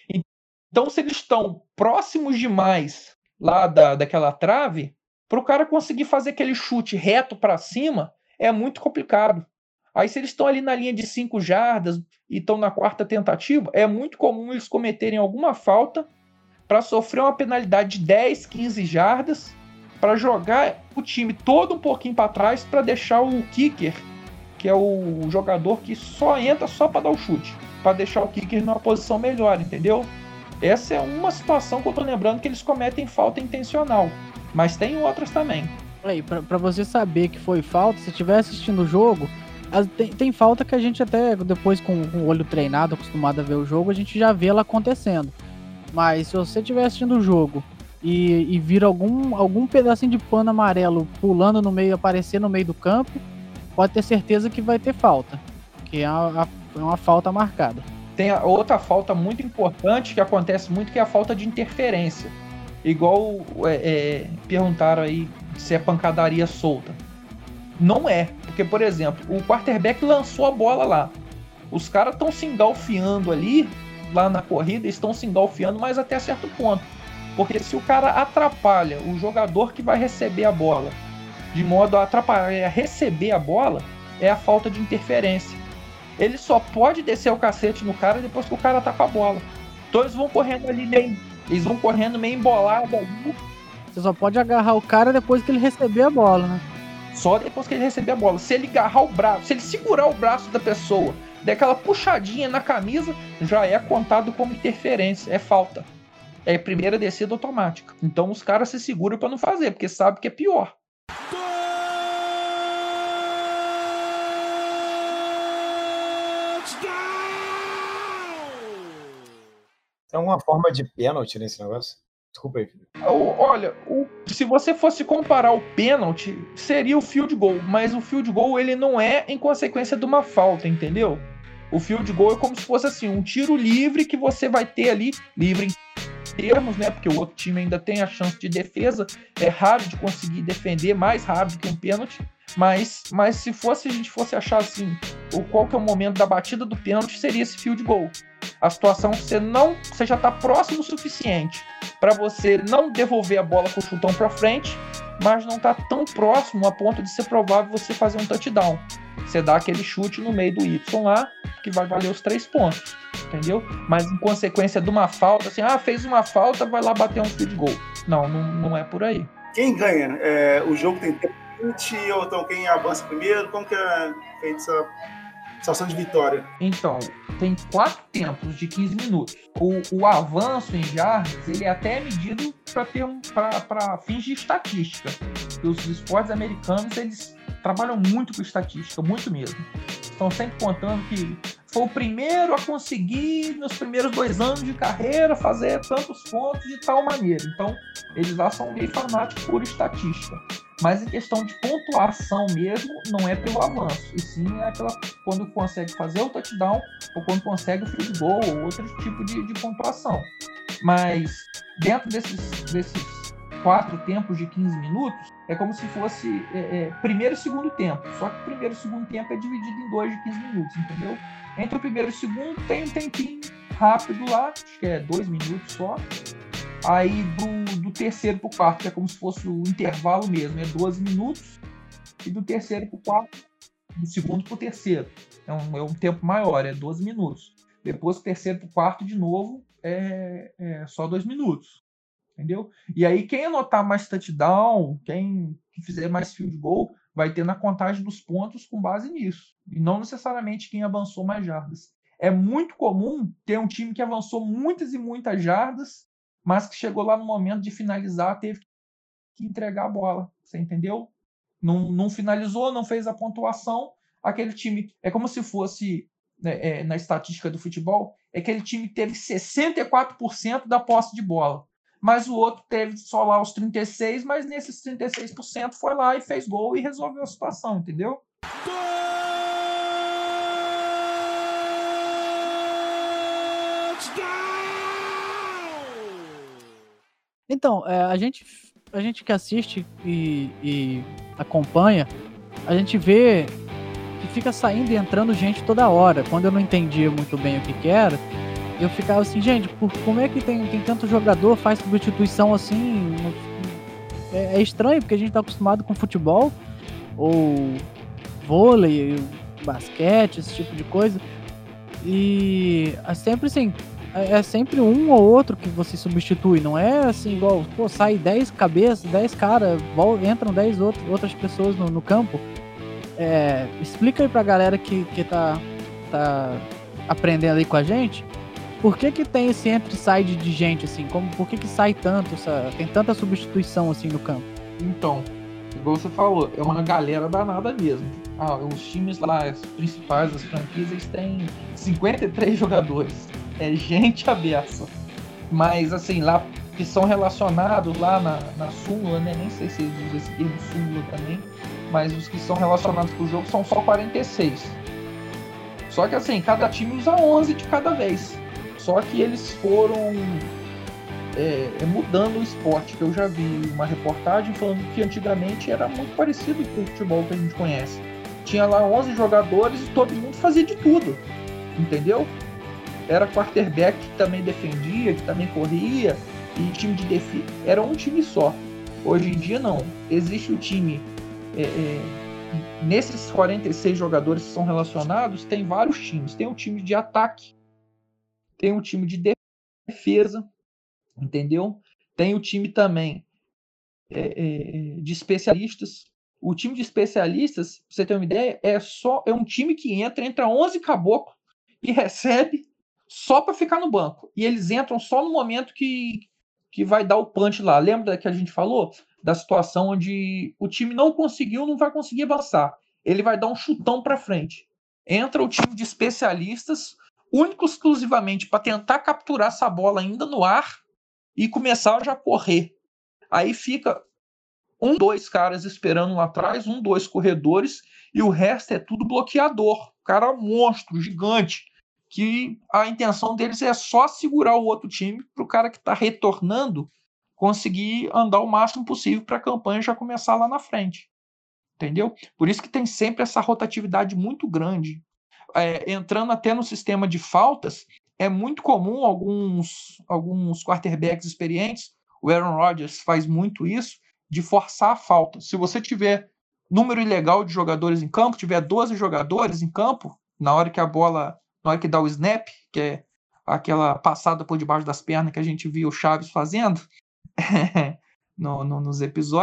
Então, se eles estão próximos demais lá daquela trave, para o cara conseguir fazer aquele chute reto para cima, é muito complicado. Aí, se eles estão ali na linha de 5 jardas e estão na quarta tentativa, é muito comum eles cometerem alguma falta para sofrer uma penalidade de 10, 15 jardas, para jogar o time todo um pouquinho para trás, para deixar o kicker, que é o jogador que só entra só para dar o chute, para deixar o kicker numa posição melhor, entendeu? Essa é uma situação que eu tô lembrando que eles cometem falta intencional, mas tem outras também. Aí, pra você saber que foi falta, se estiver assistindo o jogo, tem falta que a gente até depois com o olho treinado, acostumado a ver o jogo, a gente já vê ela acontecendo. Mas se você estiver assistindo o jogo e vir algum pedacinho de pano amarelo pulando no meio, aparecer no meio do campo, pode ter certeza que vai ter falta, que é uma falta marcada. Tem outra falta muito importante que acontece muito, que é a falta de interferência. Igual perguntaram aí se é pancadaria solta. Não é, porque, por exemplo, o quarterback lançou a bola lá. Os caras estão se engalfiando ali, lá na corrida, estão se engalfiando, mas até certo ponto. Porque se o cara atrapalha o jogador que vai receber a bola, de modo a atrapalhar receber a bola, é a falta de interferência. Ele só pode descer o cacete no cara depois que o cara tá com a bola. Então eles vão correndo ali meio embolado ali. Você só pode agarrar o cara depois que ele receber a bola, né? Só depois que ele receber a bola. Se ele agarrar o braço, se ele segurar o braço da pessoa, der aquela puxadinha na camisa, já é contado como interferência, é falta. É primeira descida automática. Então os caras se seguram para não fazer, porque sabe que é pior. Tem alguma forma de pênalti nesse negócio? Desculpa aí, Felipe. Olha, se você fosse comparar o pênalti, seria o field goal. Mas o field goal, ele não é em consequência de uma falta, entendeu? O field goal é como se fosse assim, um tiro livre que você vai ter ali, livre em termos, né? Porque o outro time ainda tem a chance de defesa. É raro de conseguir defender, mais raro do que um pênalti. Mas se a gente fosse achar assim, qual que é o momento da batida do pênalti, seria esse field goal. A situação que você já está próximo o suficiente para você não devolver a bola com o chutão para frente, mas não está tão próximo a ponto de ser provável você fazer um touchdown. Você dá aquele chute no meio do Y lá, que vai valer os 3 pontos, entendeu? Mas em consequência de uma falta, assim, fez uma falta, vai lá bater um field goal. Não é por aí. Quem ganha? O jogo tem tempo Ou então quem avança primeiro? Como que é feita essa situação de vitória? Então, tem 4 tempos de 15 minutos. O avanço em jardas, ele é até medido para fins de estatística. E os esportes americanos, eles trabalham muito com estatística, muito mesmo. Estão sempre contando que foi o primeiro a conseguir, nos primeiros 2 anos de carreira, fazer tantos pontos de tal maneira. Então, eles lá são meio fanáticos por estatística. Mas em questão de pontuação mesmo, não é pelo avanço. E sim é quando consegue fazer o touchdown ou quando consegue o field goal ou outro tipo de pontuação. Mas dentro desses 4 tempos de 15 minutos, é como se fosse primeiro e segundo tempo. Só que o primeiro e segundo tempo é dividido em 2 de 15 minutos, entendeu? Entre o primeiro e o segundo tem um tempinho rápido lá, acho que é 2 minutos só. Aí do terceiro pro quarto, que é como se fosse o intervalo mesmo, é 12 minutos. E do terceiro pro quarto, do segundo pro terceiro. É um tempo maior, é 12 minutos. Depois do terceiro pro quarto, de novo, é só 2 minutos. Entendeu? E aí quem anotar mais touchdown, quem fizer mais field goal, vai ter na contagem dos pontos com base nisso. E não necessariamente quem avançou mais jardas. É muito comum ter um time que avançou muitas e muitas jardas, mas que chegou lá no momento de finalizar, teve que entregar a bola. Você entendeu? Não finalizou, não fez a pontuação. Aquele time, é como se fosse, na estatística do futebol, aquele time teve 64% da posse de bola. Mas o outro teve só lá os 36%, mas nesses 36% foi lá e fez gol e resolveu a situação, entendeu? Então, a gente que assiste e acompanha, a gente vê que fica saindo e entrando gente toda hora. Quando eu não entendia muito bem o que era, eu ficava assim, gente, como é que tem tanto jogador, faz substituição assim? É estranho, porque a gente tá acostumado com futebol, ou vôlei, basquete, esse tipo de coisa. E é sempre assim, é sempre um ou outro que você substitui, não é assim igual, sai 10 cabeças, 10 caras, entram 10 outras pessoas no campo. Explica aí pra galera que tá aprendendo aí com a gente, por que tem esse entra e sai de gente, assim, por que sai tanto, tem tanta substituição assim no campo? Então, igual você falou, é uma galera danada mesmo. Os times lá, os principais, as franquias, eles têm 53 jogadores. É gente a beça. Mas, assim, lá que são relacionados lá na súmula, né? Nem sei se usa esse termo súmula também, mas os que são relacionados pro jogo são só 46. Só que, assim, cada time usa 11 de cada vez. Só que eles foram mudando o esporte, que eu já vi uma reportagem falando que antigamente era muito parecido com o futebol que a gente conhece. Tinha lá 11 jogadores e todo mundo fazia de tudo, entendeu? Era quarterback que também defendia, que também corria, e time de defesa. Era um time só. Hoje em dia não. Existe o time... nesses 46 jogadores que são relacionados, tem vários times. Tem um time de ataque, tem um time de defesa, entendeu? Tem o time também de especialistas. O time de especialistas, pra você ter uma ideia, é um time que entra 11 caboclos e recebe só para ficar no banco. E eles entram só no momento que vai dar o punch lá. Lembra que a gente falou da situação onde o time não vai conseguir avançar. Ele vai dar um chutão para frente. Entra o time de especialistas, único exclusivamente para tentar capturar essa bola ainda no ar e começar a já correr. Aí fica 2 caras esperando lá atrás, 2 corredores, e o resto é tudo bloqueador. Cara monstro, gigante, que a intenção deles é só segurar o outro time para o cara que está retornando conseguir andar o máximo possível para a campanha já começar lá na frente. Entendeu? Por isso que tem sempre essa rotatividade muito grande. Entrando até no sistema de faltas, é muito comum alguns quarterbacks experientes, o Aaron Rodgers faz muito isso, de forçar a falta. Se você tiver número ilegal de jogadores em campo, tiver 12 jogadores em campo, na hora que dá o snap, que é aquela passada por debaixo das pernas que a gente viu o Chaves fazendo nos episódios,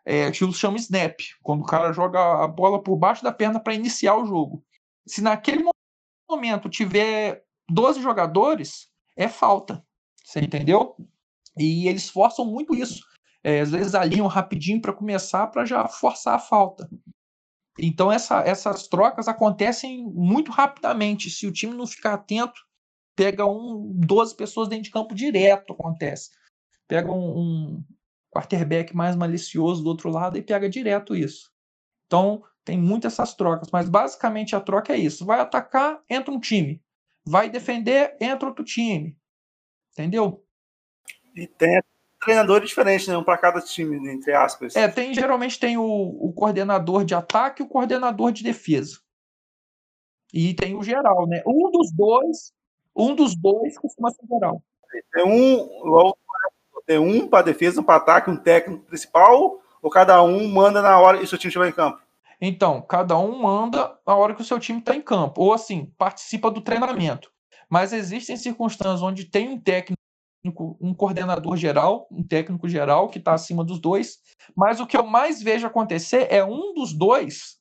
que chama snap, quando o cara joga a bola por baixo da perna para iniciar o jogo. Se naquele momento tiver 12 jogadores, é falta. Você entendeu? E eles forçam muito isso. Às vezes alinham rapidinho para começar, para já forçar a falta. Então essas trocas acontecem muito rapidamente. Se o time não ficar atento, pega 12 pessoas dentro de campo direto, acontece. Pega um quarterback mais malicioso do outro lado e pega direto isso. Então, tem muitas essas trocas, mas basicamente a troca é isso. Vai atacar, entra um time. Vai defender, entra outro time. Entendeu? E tem treinadores diferentes, né? Um para cada time, né? Entre aspas. Geralmente tem o coordenador de ataque e o coordenador de defesa. E tem o geral, né? Um dos dois costuma ser geral. Tem um para defesa, um para ataque, um técnico principal, ou cada um manda na hora que o seu time estiver em campo? Então, cada um manda na hora que o seu time está em campo. Ou assim, participa do treinamento. Mas existem circunstâncias onde tem um técnico, um coordenador geral, um técnico geral que está acima dos dois. Mas o que eu mais vejo acontecer é um dos dois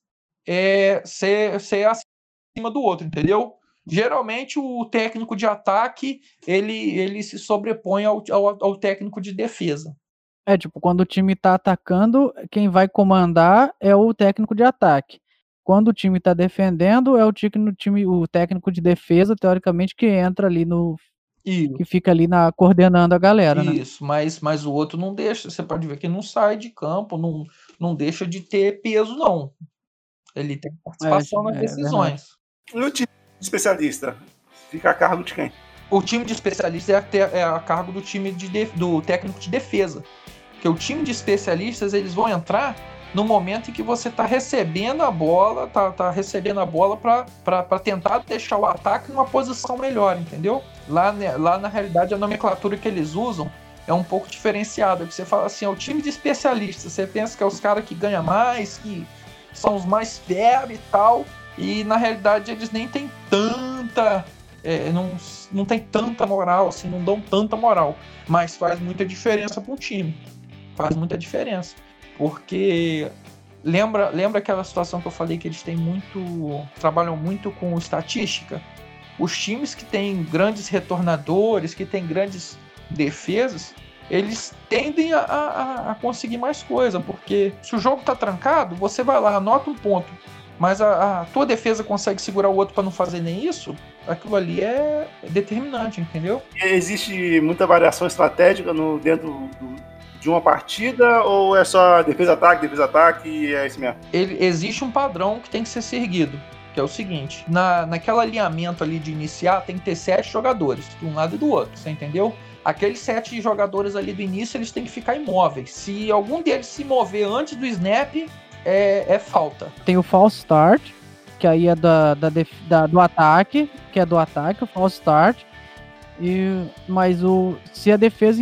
ser acima do outro, entendeu? Geralmente o técnico de ataque ele se sobrepõe ao técnico de defesa. Tipo, quando o time tá atacando, quem vai comandar é o técnico de ataque. Quando o time tá defendendo, é o técnico de defesa, teoricamente, que entra ali que fica ali coordenando a galera, né? Isso, mas o outro não deixa. Você pode ver que não sai de campo, não deixa de ter peso, não. Ele tem participação nas decisões. E o time de especialista? Fica a cargo de quem? O time de especialista é a cargo do time do técnico de defesa. Porque o time de especialistas, eles vão entrar no momento em que você está recebendo a bola, tá recebendo a bola para tentar deixar o ataque numa posição melhor, entendeu? Lá na realidade, a nomenclatura que eles usam é um pouco diferenciada. Você fala assim, é o time de especialistas. Você pensa que é os caras que ganham mais, que são os mais feros e tal. E na realidade eles nem têm tanta... não tem tanta moral, assim, não dão tanta moral. Mas faz muita diferença para o time. Faz muita diferença. Porque lembra aquela situação que eu falei que eles trabalham muito com estatística? Os times que têm grandes retornadores, que têm grandes defesas, eles tendem a conseguir mais coisa, porque se o jogo está trancado, você vai lá, anota um ponto, mas a tua defesa consegue segurar o outro para não fazer nem isso, aquilo ali é determinante, entendeu? Existe muita variação estratégica dentro de uma partida, ou é só defesa-ataque e é isso mesmo? Existe um padrão que tem que ser seguido, que é o seguinte, naquele alinhamento ali de iniciar, tem que ter 7 jogadores, de um lado e do outro, você entendeu? Aqueles 7 jogadores ali do início, eles têm que ficar imóveis. Se algum deles se mover antes do snap, é falta. Tem o false start, que aí é do ataque, o false start. Mas se a defesa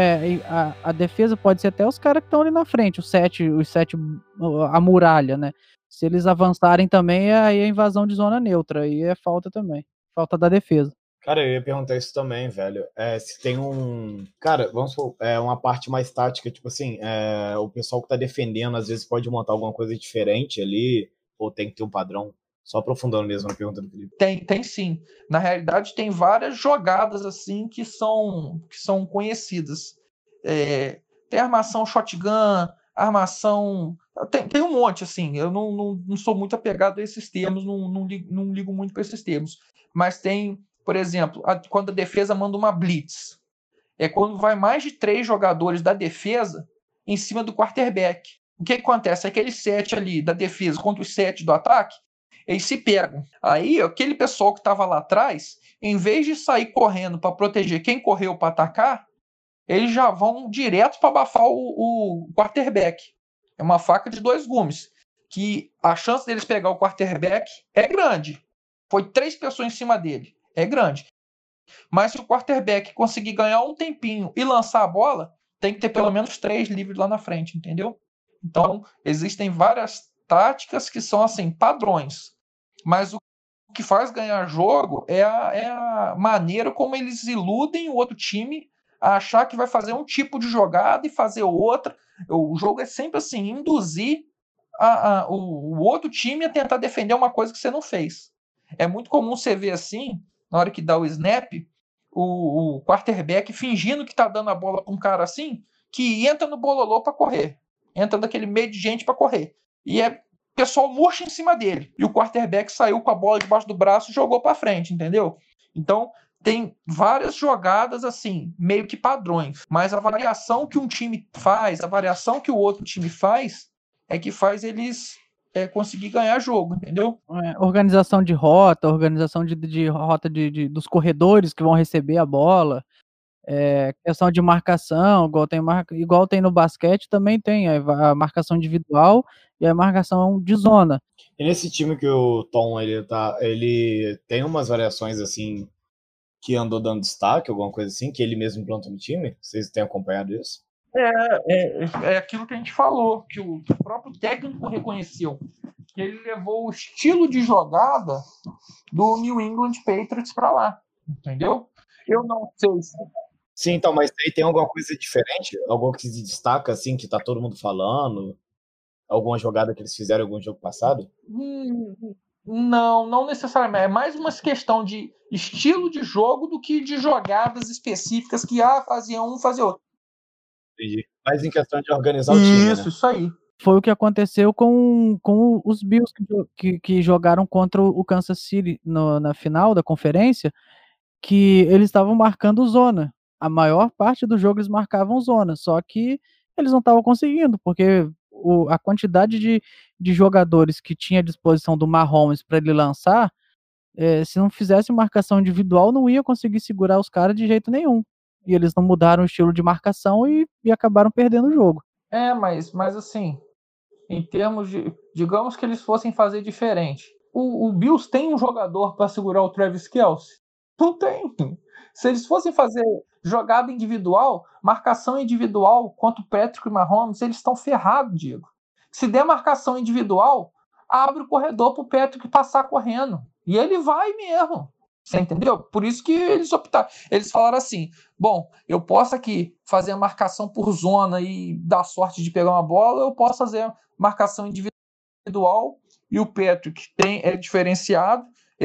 a defesa pode ser até os caras que estão ali na frente, os sete, a muralha, né? Se eles avançarem também, aí é invasão de zona neutra, aí é falta também, falta da defesa. Cara, eu ia perguntar isso também, velho. Se tem cara, vamos supor, uma parte mais tática, tipo assim, o pessoal que tá defendendo às vezes pode montar alguma coisa diferente ali, ou tem que ter um padrão? Só aprofundando mesmo a pergunta do Felipe. Tem sim. Na realidade, tem várias jogadas assim que são conhecidas. Tem armação shotgun, armação... Tem um monte, assim. Eu não sou muito apegado a esses termos, não ligo muito para esses termos. Mas tem, por exemplo, quando a defesa manda uma blitz. É quando vai mais de 3 jogadores da defesa em cima do quarterback. O que acontece? Aqueles 7 ali da defesa contra os 7 do ataque, eles se pegam. Aí, aquele pessoal que estava lá atrás, em vez de sair correndo para proteger quem correu para atacar, eles já vão direto para abafar o quarterback. É uma faca de 2 gumes. Que a chance deles pegar o quarterback é grande. Foi 3 pessoas em cima dele. É grande. Mas se o quarterback conseguir ganhar um tempinho e lançar a bola, tem que ter pelo menos 3 livres lá na frente, entendeu? Então, existem várias táticas que são assim, padrões. Mas o que faz ganhar jogo é a maneira como eles iludem o outro time a achar que vai fazer um tipo de jogada e fazer outra. O jogo é sempre assim, induzir o outro time a tentar defender uma coisa que você não fez. É muito comum você ver assim, na hora que dá o snap, o quarterback fingindo que tá dando a bola para um cara assim, que entra no bololô para correr. Entra daquele meio de gente para correr. E o pessoal murcha em cima dele. E o quarterback saiu com a bola debaixo do braço e jogou para frente, entendeu? Então, tem várias jogadas assim, meio que padrões. Mas a variação que um time faz, a variação que o outro time faz, é que faz eles conseguir ganhar jogo, entendeu? Organização de rota, organização de rota dos corredores que vão receber a bola, questão de marcação, igual tem no basquete, também tem a marcação individual e a marcação de zona. E nesse time que o Tom ele tem umas variações assim que andou dando destaque, alguma coisa assim, que ele mesmo implantou no time? Vocês têm acompanhado isso? É aquilo que a gente falou, que o próprio técnico reconheceu, que ele levou o estilo de jogada do New England Patriots para lá, entendeu? Eu não sei se... Sim, então, mas aí tem alguma coisa diferente? Alguma que se destaca, assim, que tá todo mundo falando? Alguma jogada que eles fizeram em algum jogo passado? Não necessariamente. É mais uma questão de estilo de jogo do que de jogadas específicas que fazia um, fazia outro. Entendi. Mais em questão de organizar o time, né? Isso aí. Foi o que aconteceu com os Bills que jogaram contra o Kansas City na final da conferência, que eles estavam marcando zona. A maior parte do jogo eles marcavam zona, só que eles não estavam conseguindo, porque a quantidade de jogadores que tinha à disposição do Mahomes para ele lançar, se não fizesse marcação individual, não ia conseguir segurar os caras de jeito nenhum. E eles não mudaram o estilo de marcação e acabaram perdendo o jogo. Mas assim, em termos de... Digamos que eles fossem fazer diferente. O Bills tem um jogador para segurar o Travis Kelce? Não tem. Se eles fossem fazer jogada individual, marcação individual contra o Patrick Mahomes, eles estão ferrados, Diego. Se der marcação individual, abre o corredor para o Patrick passar correndo. E ele vai mesmo. Você entendeu? Por isso que eles optaram. Eles falaram assim, bom, eu posso aqui fazer a marcação por zona e dar sorte de pegar uma bola, eu posso fazer marcação individual e o Patrick é diferenciado,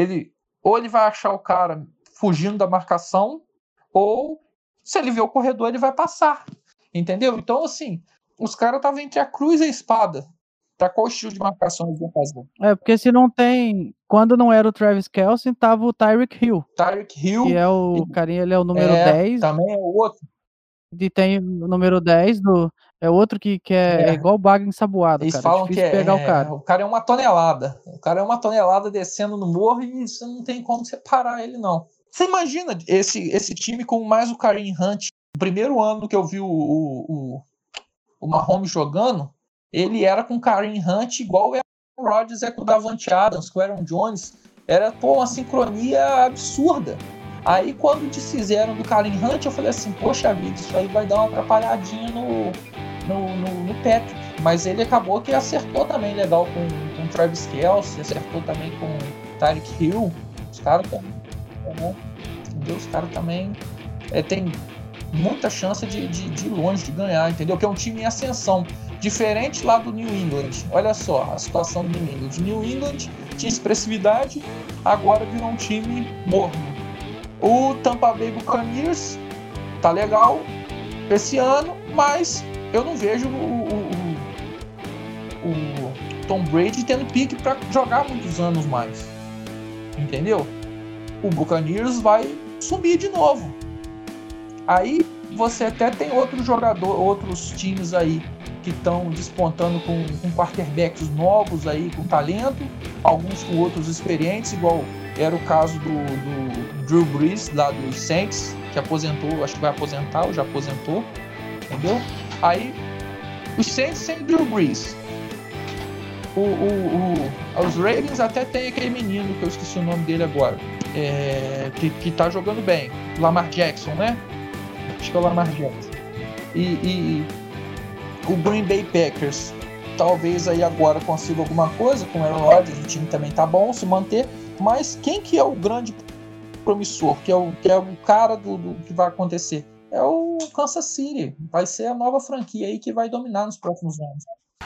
ou ele vai achar o cara fugindo da marcação, ou se ele vê o corredor, ele vai passar. Entendeu? Então, assim, os caras estavam entre a cruz e a espada. Pra qual estilo de marcação eles vão fazer? Porque se não tem... Quando não era o Travis Kelce, tava o Tyreek Hill. Tyreek Hill. Que é o carinha, ele é o número 10. Também é o outro. E tem o número 10 é outro que é igual o baga ensaboado, eles cara. Falam é difícil pegar o cara. O cara é uma tonelada. O cara é uma tonelada descendo no morro e você não tem como separar ele, não. Você imagina esse time com mais o Kareem Hunt. No primeiro ano que eu vi o Mahomes jogando, ele era com o Kareem Hunt igual o Aaron Rodgers com o Davante Adams, com o Aaron Jones. Era uma sincronia absurda. Aí quando desfizeram do Kareem Hunt, eu falei assim, poxa vida, isso aí vai dar uma atrapalhadinha no Patrick. Mas ele acabou que acertou também legal com o Travis Kelce, acertou também com o Tyreek Hill. Os caras também, entendeu? Os caras também tem muita chance de ir longe, de ganhar, entendeu? Que é um time em ascensão. Diferente lá do New England. Olha só a situação do New England. New England tinha expressividade, agora virou um time morno. O Tampa Bay Buccaneers tá legal esse ano, mas eu não vejo o Tom Brady tendo pique para jogar muitos anos mais. Entendeu? O Buccaneers vai sumir de novo. Aí você até tem outros times aí que estão despontando com quarterbacks novos aí, com talento, alguns com outros experientes, igual era o caso do Drew Brees, lá dos Saints, que aposentou, acho que vai aposentar, ou já aposentou, entendeu? Aí, os Saints sem Drew Brees. Os Ravens até tem aquele menino, que eu esqueci o nome dele agora, que tá jogando bem, Lamar Jackson, né? Acho que é o Lamar Jackson. E o Green Bay Packers, talvez aí agora consiga alguma coisa com o Aaron Rodgers, o time também tá bom, se manter, mas quem que é o grande promissor, que é o cara do que vai acontecer? é o Kansas City. Vai ser a nova franquia aí que vai dominar nos próximos anos.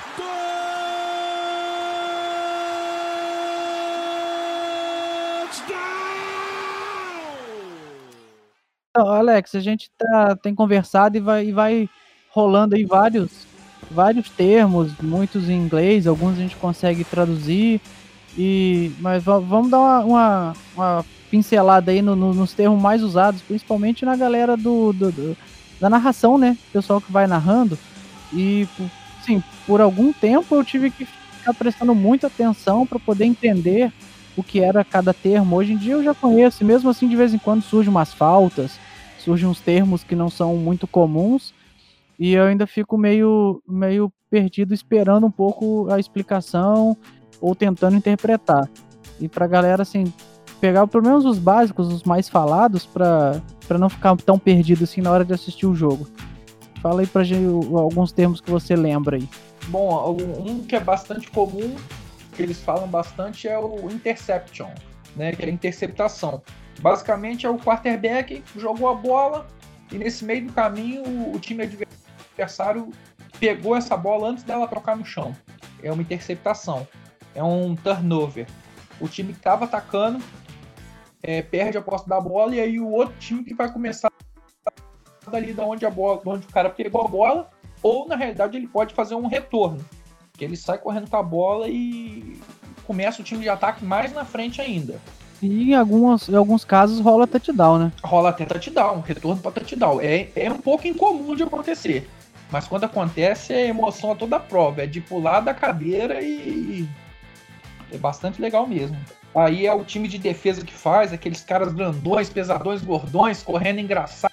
Então, Alex, a gente tem conversado e vai rolando aí vários termos, muitos em inglês, alguns a gente consegue traduzir, mas vamos dar uma pincelada aí nos termos mais usados, principalmente na galera da narração, né? Pessoal que vai narrando. E, sim, por algum tempo eu tive que ficar prestando muita atenção para poder entender o que era cada termo. Hoje em dia eu já conheço, e mesmo assim de vez em quando surgem umas faltas, surgem uns termos que não são muito comuns, e eu ainda fico meio perdido esperando um pouco a explicação ou tentando interpretar. E pra galera, assim, pegar pelo menos os básicos, os mais falados, pra não ficar tão perdido assim na hora de assistir o jogo. Fala aí pra gente alguns termos que você lembra aí. Bom, um que é bastante comum, que eles falam bastante, é o interception, né, que é a interceptação. Basicamente é o quarterback jogou a bola e nesse meio do caminho o time adversário pegou essa bola antes dela tocar no chão. É uma interceptação. É um turnover. O time que estava atacando perde a posse da bola e aí o outro time que vai começar dali de onde o cara pegou a bola, ou na realidade ele pode fazer um retorno, que ele sai correndo com a bola e começa o time de ataque mais na frente ainda. E em alguns casos rola touchdown, né? Rola até touchdown, retorno para touchdown. É um pouco incomum de acontecer, mas quando acontece é emoção a toda prova, é de pular da cadeira e é bastante legal mesmo. Aí é o time de defesa que faz, aqueles caras grandões, pesadões, gordões, correndo engraçado,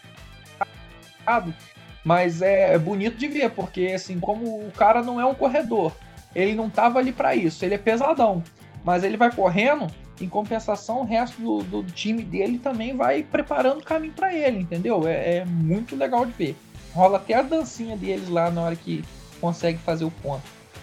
mas é bonito de ver, porque assim, como o cara não é um corredor, ele não tava ali para isso, ele é pesadão, mas ele vai correndo, em compensação o resto do time dele também vai preparando o caminho para ele, entendeu? É muito legal de ver. Rola até a dancinha deles lá na hora que consegue fazer o ponto.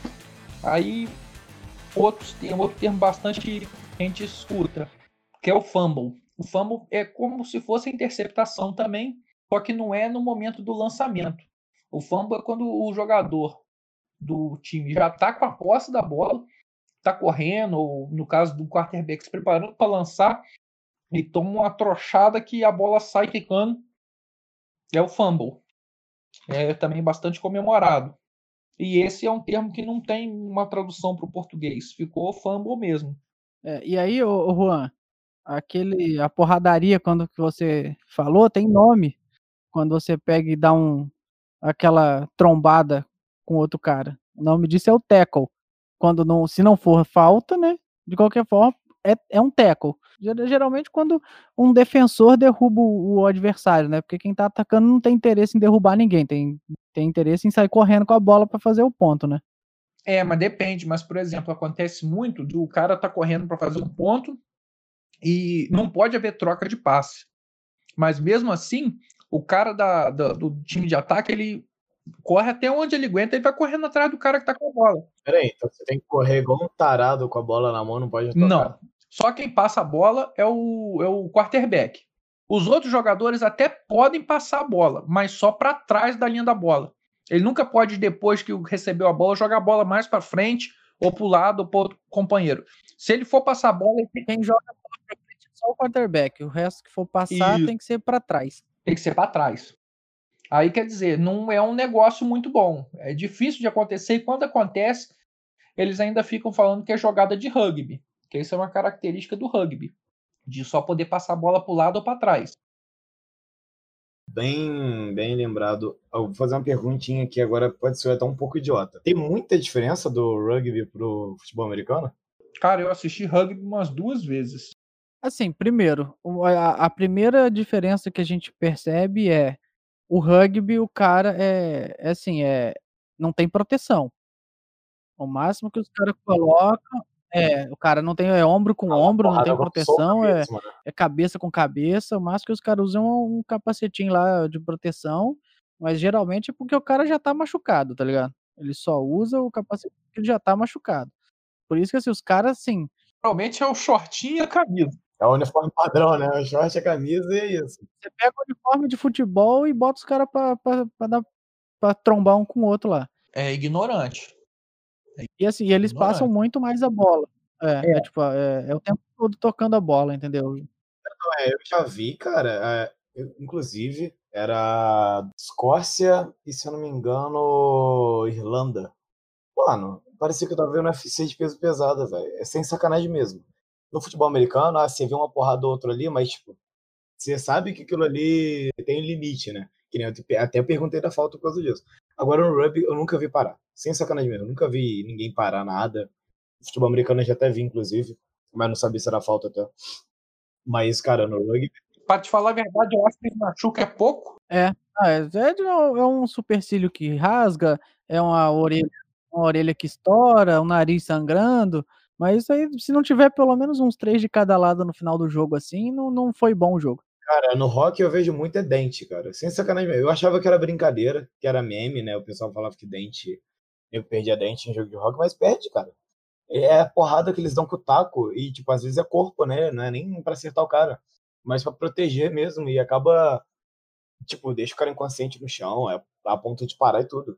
Aí outro termo bastante a gente escuta, que é o fumble. O fumble é como se fosse a interceptação também, só que não é no momento do lançamento. O fumble é quando o jogador do time já está com a posse da bola, está correndo, ou no caso do quarterback se preparando para lançar, e toma uma trochada que a bola sai quicando. É o fumble. É também bastante comemorado. E esse é um termo que não tem uma tradução para o português. Ficou fumble mesmo. E aí, ô Juan, a porradaria, quando que você falou, tem nome. Quando você pega e dá aquela trombada com outro cara. O nome disso é o tackle. Se não for falta, né? De qualquer forma, é um tackle. Geralmente quando um defensor derruba o adversário, né? Porque quem tá atacando não tem interesse em derrubar ninguém, tem interesse em sair correndo com a bola para fazer o ponto, né? Mas depende. Mas, por exemplo, acontece muito do cara tá correndo para fazer um ponto e não pode haver troca de passe. Mas mesmo assim, o cara do time de ataque, ele corre até onde ele aguenta, ele vai correndo atrás do cara que tá com a bola. Peraí, então você tem que correr igual um tarado com a bola na mão, não pode tocar? Não. Só quem passa a bola é o quarterback. Os outros jogadores até podem passar a bola, mas só para trás da linha da bola. Ele nunca pode, depois que recebeu a bola, jogar a bola mais para frente ou para o lado ou para outro companheiro. Se ele for passar a bola, quem joga a bola para frente é só o quarterback. O resto que for passar tem que ser para trás. Tem que ser para trás. Aí, quer dizer, não é um negócio muito bom. É difícil de acontecer e quando acontece, eles ainda ficam falando que é jogada de rugby. Que isso é uma característica do rugby. De só poder passar a bola para o lado ou para trás. Bem lembrado. Eu vou fazer uma perguntinha aqui agora, pode ser até um pouco idiota. Tem muita diferença do rugby pro futebol americano? Cara, eu assisti rugby umas 2 vezes. Assim, primeiro, a primeira diferença que a gente percebe é o rugby, o cara não tem proteção. O máximo que os caras colocam o cara não tem ombro com ombro, não tem proteção, mesmo, né? é cabeça com cabeça. O máximo que os caras usam é um capacetinho lá de proteção, mas geralmente é porque o cara já tá machucado, tá ligado? Ele só usa o capacete porque ele já tá machucado. Por isso que assim, os caras, assim, Normalmente é o shortinho e a camisa. É o uniforme padrão, né? O short, a camisa e é isso. Você pega o uniforme de futebol e bota os caras pra trombar um com o outro lá. É ignorante. E assim, eles passam Ignorante. muito mais a bola. É. Tipo, é o tempo todo tocando a bola, entendeu? Eu já vi, cara. Inclusive, era Escócia e, se eu não me engano, Irlanda. Mano, parecia que eu tava vendo UFC de peso pesado, velho. É sem sacanagem mesmo. No futebol americano, você vê uma porrada ou outra ali, mas, tipo, você sabe que aquilo ali tem um limite, né? Que nem até perguntei da falta por causa disso. Agora no rugby eu nunca vi parar. Sem sacanagem mesmo. Eu nunca vi ninguém parar nada. No futebol americano eu já até vi, inclusive. Mas não sabia se era falta até. Mas, cara, no rugby. Pra te falar a verdade, eu acho que ele machuca é pouco. É um supercílio que rasga, é uma orelha que estoura, o nariz sangrando, mas isso aí, se não tiver pelo menos uns 3 de cada lado no final do jogo assim, não foi bom o jogo. Cara, no rock eu vejo muito dente, cara. Sem sacanagem mesmo. Eu achava que era brincadeira, que era meme, né? O pessoal falava que dente. Eu perdia dente em jogo de rock, mas perde, cara. É a porrada que eles dão com o taco e, tipo, às vezes é corpo, né? Não é nem pra acertar o cara, mas pra proteger mesmo. E acaba, tipo, deixa o cara inconsciente no chão, a ponto de parar e tudo.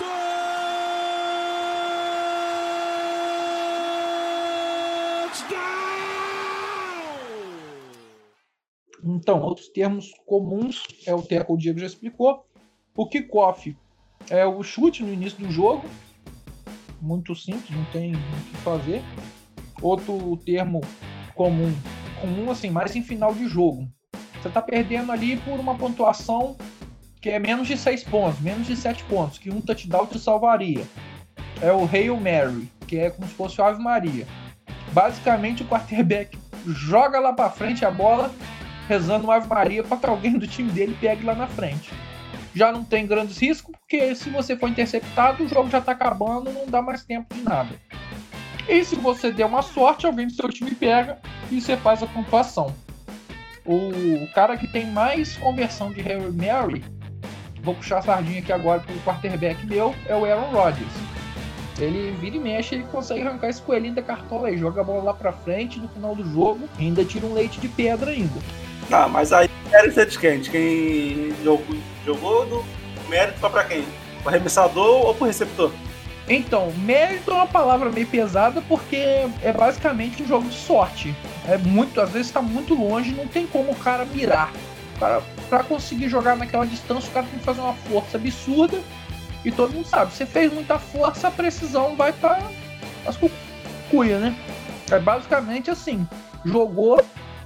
Então, outros termos comuns é o que o Diego já explicou. O kickoff é o chute no início do jogo. Muito simples, não tem o que fazer. Outro termo comum assim, mais em final de jogo. Você tá perdendo ali por uma pontuação que é menos de 6 pontos, menos de 7 pontos, que um touchdown te salvaria. É o Hail Mary, que é como se fosse o Ave Maria. Basicamente o quarterback joga lá pra frente a bola, rezando o Ave Maria para que alguém do time dele pegue lá na frente. Já não tem grandes riscos, porque se você for interceptado, o jogo já tá acabando, não dá mais tempo de nada. E se você der uma sorte, alguém do seu time pega e você faz a pontuação. O cara que tem mais conversão de Hail Mary, vou puxar a sardinha aqui agora pro quarterback meu, é o Aaron Rodgers. Ele vira e mexe, ele consegue arrancar esse coelhinho da cartola aí, joga a bola lá pra frente no final do jogo, e ainda tira um leite de pedra ainda. Não, mas aí mérito de quem? De quem jogou do mérito vai pra quem? Pro arremessador ou pro receptor? Então, mérito é uma palavra meio pesada porque é basicamente um jogo de sorte. Às vezes tá muito longe, não tem como o cara mirar. O cara, pra conseguir jogar naquela distância, o cara tem que fazer uma força absurda. E todo mundo sabe, você fez muita força, a precisão vai para as cucuias, né? É basicamente assim, jogou,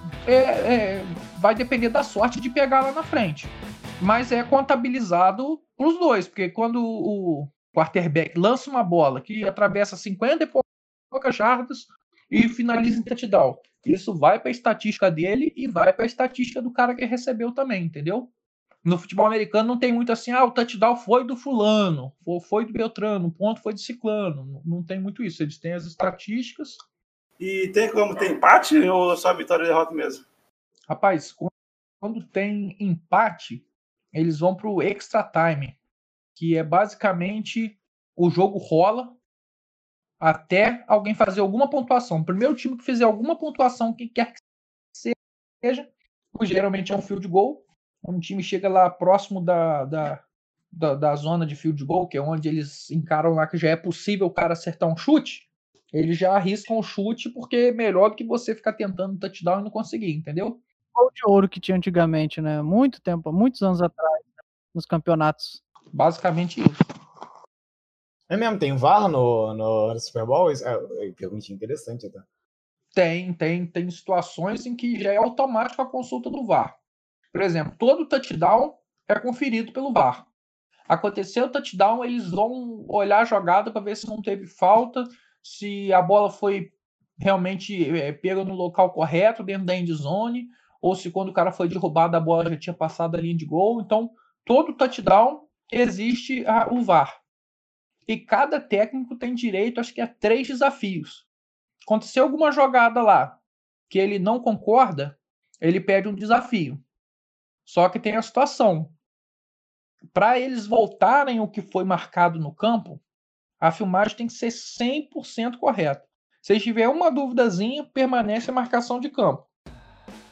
vai depender da sorte de pegar lá na frente. Mas é contabilizado pros dois, porque quando o quarterback lança uma bola que atravessa 50 e poucas jardas e finaliza em touchdown, isso vai para a estatística dele e vai para a estatística do cara que recebeu também, entendeu? No futebol americano não tem muito assim, o touchdown foi do fulano, foi do Beltrano, o ponto foi de ciclano. Não tem muito isso. Eles têm as estatísticas. E tem como ter empate ou só vitória e derrota mesmo? Rapaz, quando tem empate, eles vão pro extra time, que é basicamente o jogo rola até alguém fazer alguma pontuação. O primeiro time que fizer alguma pontuação, quem quer que seja, geralmente é um field goal. Um time chega lá próximo da zona de field goal, que é onde eles encaram lá que já é possível o cara acertar um chute, eles já arriscam o chute porque é melhor do que você ficar tentando touchdown e não conseguir, entendeu? Gol de ouro que tinha antigamente, né? Muito tempo, muitos anos atrás, nos campeonatos. Basicamente isso. É mesmo, tem VAR no Super Bowl? É pergunta interessante até. Tem situações em que já é automático a consulta do VAR. Por exemplo, todo touchdown é conferido pelo VAR. Aconteceu o touchdown, eles vão olhar a jogada para ver se não teve falta, se a bola foi realmente pega no local correto, dentro da end zone, ou se quando o cara foi derrubado a bola já tinha passado a linha de gol. Então, todo touchdown existe o VAR. E cada técnico tem direito, acho que a 3 desafios. Aconteceu alguma jogada lá que ele não concorda, ele pede um desafio. Só que tem a situação. Para eles voltarem o que foi marcado no campo, a filmagem tem que ser 100% correta. Se tiver uma duvidazinha, permanece a marcação de campo.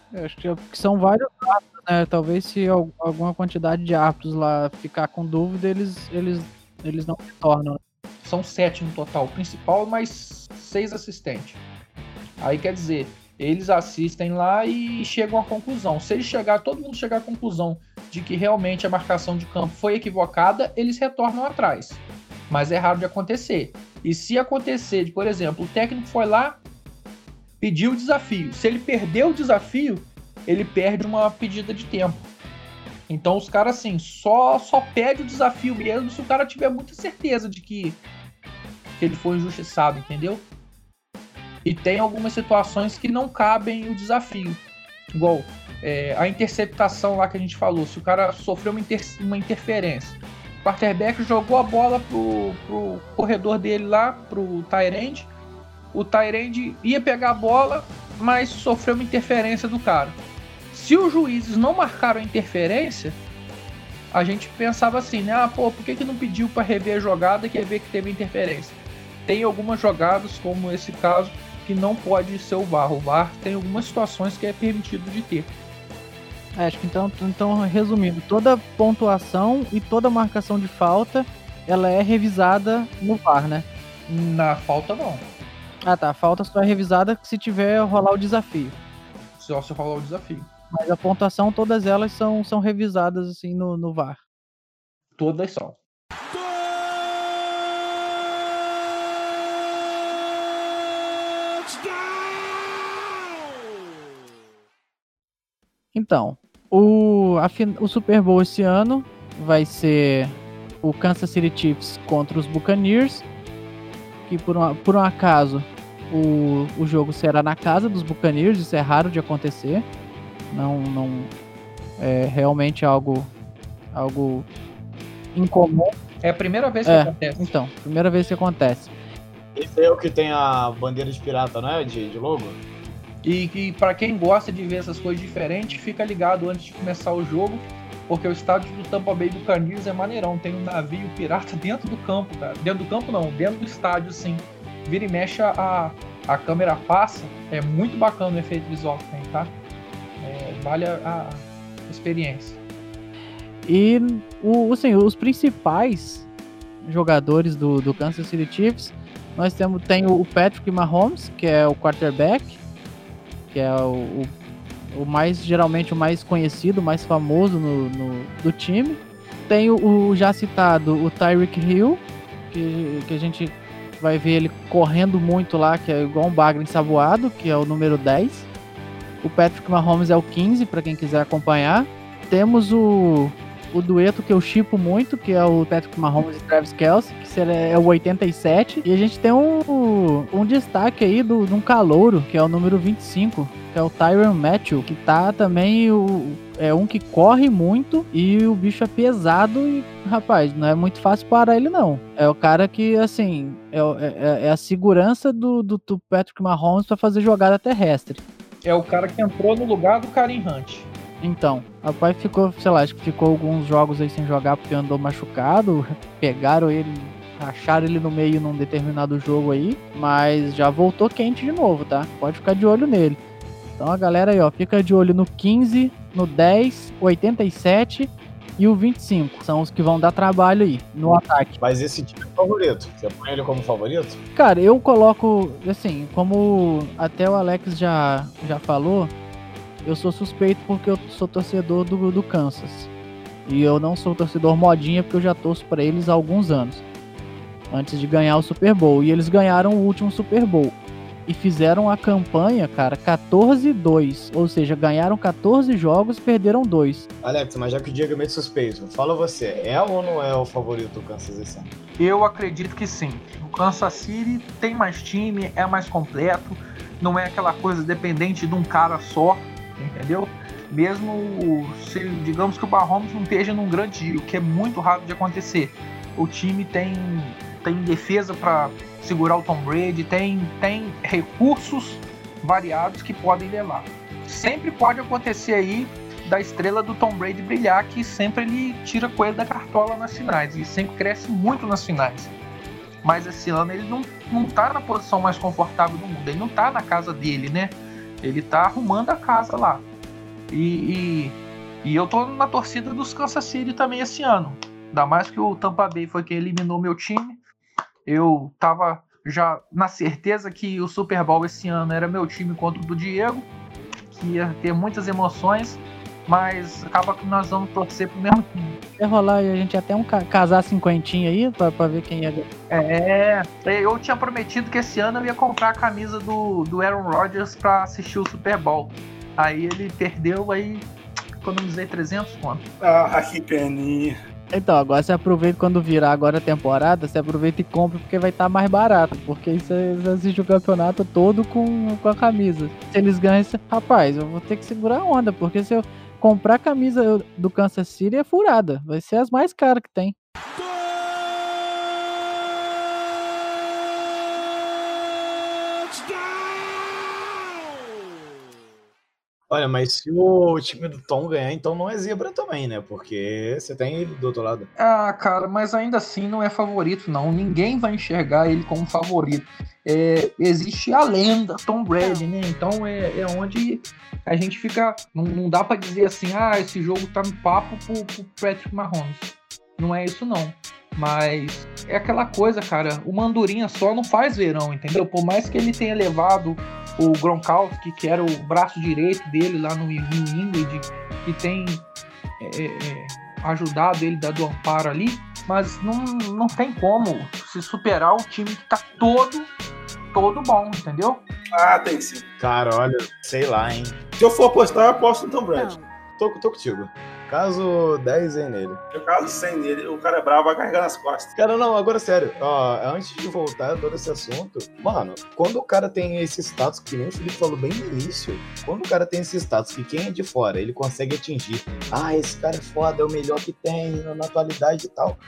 Eu acho que são vários árbitros, né? Talvez se alguma quantidade de árbitros lá ficar com dúvida, eles não retornam. São 7 no total, o principal mais 6 assistentes. Aí quer dizer, eles assistem lá e chegam à conclusão. Se todo mundo chegar à conclusão de que realmente a marcação de campo foi equivocada, eles retornam atrás. Mas é raro de acontecer. E se acontecer, de, por exemplo, o técnico foi lá, pediu o desafio. Se ele perdeu o desafio, ele perde uma pedida de tempo. Então os caras assim, só pede o desafio mesmo se o cara tiver muita certeza de que ele foi injustiçado, entendeu? E tem algumas situações que não cabem o desafio. Igual a interceptação lá que a gente falou. Se o cara sofreu uma interferência, o quarterback jogou a bola pro corredor dele lá, pro tight end. O tight end ia pegar a bola, mas sofreu uma interferência do cara. Se os juízes não marcaram a interferência, a gente pensava assim, né? Por que não pediu para rever a jogada que ia ver que teve interferência? Tem algumas jogadas, como esse caso, que não pode ser o VAR. O VAR tem algumas situações que é permitido de ter. Acho que então, resumindo, toda pontuação e toda marcação de falta, ela é revisada no VAR, né? Na falta, não. Ah, tá. A falta só é revisada se tiver rolar o desafio. Só se rolar o desafio. Mas a pontuação, todas elas são revisadas assim no VAR. Todas são. Então, o Super Bowl esse ano vai ser o Kansas City Chiefs contra os Buccaneers, que por um acaso o jogo será na casa dos Buccaneers. Isso é raro de acontecer. Não é realmente algo incomum. É a primeira vez que acontece. Então, primeira vez que acontece. Esse é o que tem a bandeira de pirata, né? De logo? E que pra quem gosta de ver essas coisas diferentes, fica ligado antes de começar o jogo, porque o estádio do Tampa Bay Buccaneers é maneirão. Tem um navio pirata dentro do campo, cara. Dentro do campo não, dentro do estádio, sim. Vira e mexe, a câmera passa. É muito bacana o efeito visual que tem, tá? Vale a experiência. E os principais jogadores do Kansas City Chiefs, nós tem o Patrick Mahomes, que é o quarterback, que é geralmente o mais conhecido, o mais famoso do time. Tem o já citado, o Tyreek Hill, que a gente vai ver ele correndo muito lá, que é igual um bagre ensaboado, que é o número 10. O Patrick Mahomes é o 15, para quem quiser acompanhar. Temos o dueto que eu shippo muito, que é o Patrick Mahomes e Travis Kelce, que é o 87. E a gente tem um destaque aí de um calouro, que é o número 25, que é o Tyrann Mathieu, que tá também é um que corre muito e o bicho é pesado e, rapaz, não é muito fácil parar ele, não. É o cara que, assim, é a segurança do Patrick Mahomes para fazer jogada terrestre. É o cara que entrou no lugar do Kareem Hunt. Então, rapaz ficou, sei lá, acho que ficou alguns jogos aí sem jogar porque andou machucado, pegaram ele, racharam ele no meio num determinado jogo aí, mas já voltou quente de novo, tá? Pode ficar de olho nele. Então a galera aí, ó, fica de olho no 15, no 10, 87 e o 25. São os que vão dar trabalho aí no ataque. Mas esse time é favorito? Você põe ele como favorito? Cara, eu coloco, assim, como até o Alex já falou, eu sou suspeito porque eu sou torcedor do Kansas. E eu não sou torcedor modinha porque eu já torço pra eles há alguns anos, antes de ganhar o Super Bowl. E eles ganharam o último Super Bowl. E fizeram a campanha, cara, 14-2. Ou seja, ganharam 14 jogos e perderam 2. Alex, mas já que o Diego é meio suspeito, fala você, é ou não é o favorito do Kansas esse ano? Eu acredito que sim. O Kansas City tem mais time, é mais completo, não é aquela coisa dependente de um cara só, entendeu? Mesmo se, digamos que o Mahomes não esteja num grande dia, o que é muito raro de acontecer. O time tem defesa para segurar o Tom Brady, tem recursos variados que podem levar. Sempre pode acontecer aí da estrela do Tom Brady brilhar, que sempre ele tira coelho da cartola nas finais e sempre cresce muito nas finais. Mas esse ano ele não tá na posição mais confortável do mundo, ele não tá na casa dele, né? Ele tá arrumando a casa lá. E eu tô na torcida dos Kansas City também esse ano. Ainda mais que o Tampa Bay foi quem eliminou meu time. Eu tava já na certeza que o Super Bowl esse ano era meu time contra o do Diego, que ia ter muitas emoções, mas acaba que nós vamos torcer pro mesmo time. Vai rolar e a gente até casar cinquentinha aí pra ver quem ia ganhar. Eu tinha prometido que esse ano eu ia comprar a camisa do Aaron Rodgers pra assistir o Super Bowl. Aí ele perdeu, aí economizei 300 conto. Ah, que peninha. Então, agora você aproveita quando virar agora a temporada, você aproveita e compra porque vai estar mais barato. Porque aí você assiste o campeonato todo com a camisa. Se eles ganham, rapaz, eu vou ter que segurar a onda, porque se eu comprar a camisa do Kansas City é furada. Vai ser as mais caras que tem. Olha, mas se o time do Tom ganhar, então não é zebra também, né? Porque você tem ele do outro lado. Ah, cara, mas ainda assim não é favorito, não. Ninguém vai enxergar ele como favorito. Existe a lenda Tom Brady, né? Então é onde a gente fica... Não dá pra dizer assim, esse jogo tá no papo pro Patrick Mahomes. Não é isso, não. Mas é aquela coisa, cara. O Mandurinha só não faz verão, entendeu? Por mais que ele tenha levado o Gronkowski, que era o braço direito dele lá no New England, que tem ajudado ele, dado amparo ali, mas não tem como se superar o time que tá todo bom, entendeu? Ah, tem sim. Cara, olha, sei lá, hein? Se eu for apostar, eu aposto no Tom Brady. Tô contigo. Caso 10 aí nele. Eu caso 100 nele, o cara é bravo, vai carregar nas costas. Cara, não, agora sério. Antes de voltar a todo esse assunto, mano, quando o cara tem esse status, que nem o Felipe falou bem no início, quando o cara tem esse status que quem é de fora, ele consegue atingir, esse cara é foda, é o melhor que tem na atualidade e tal.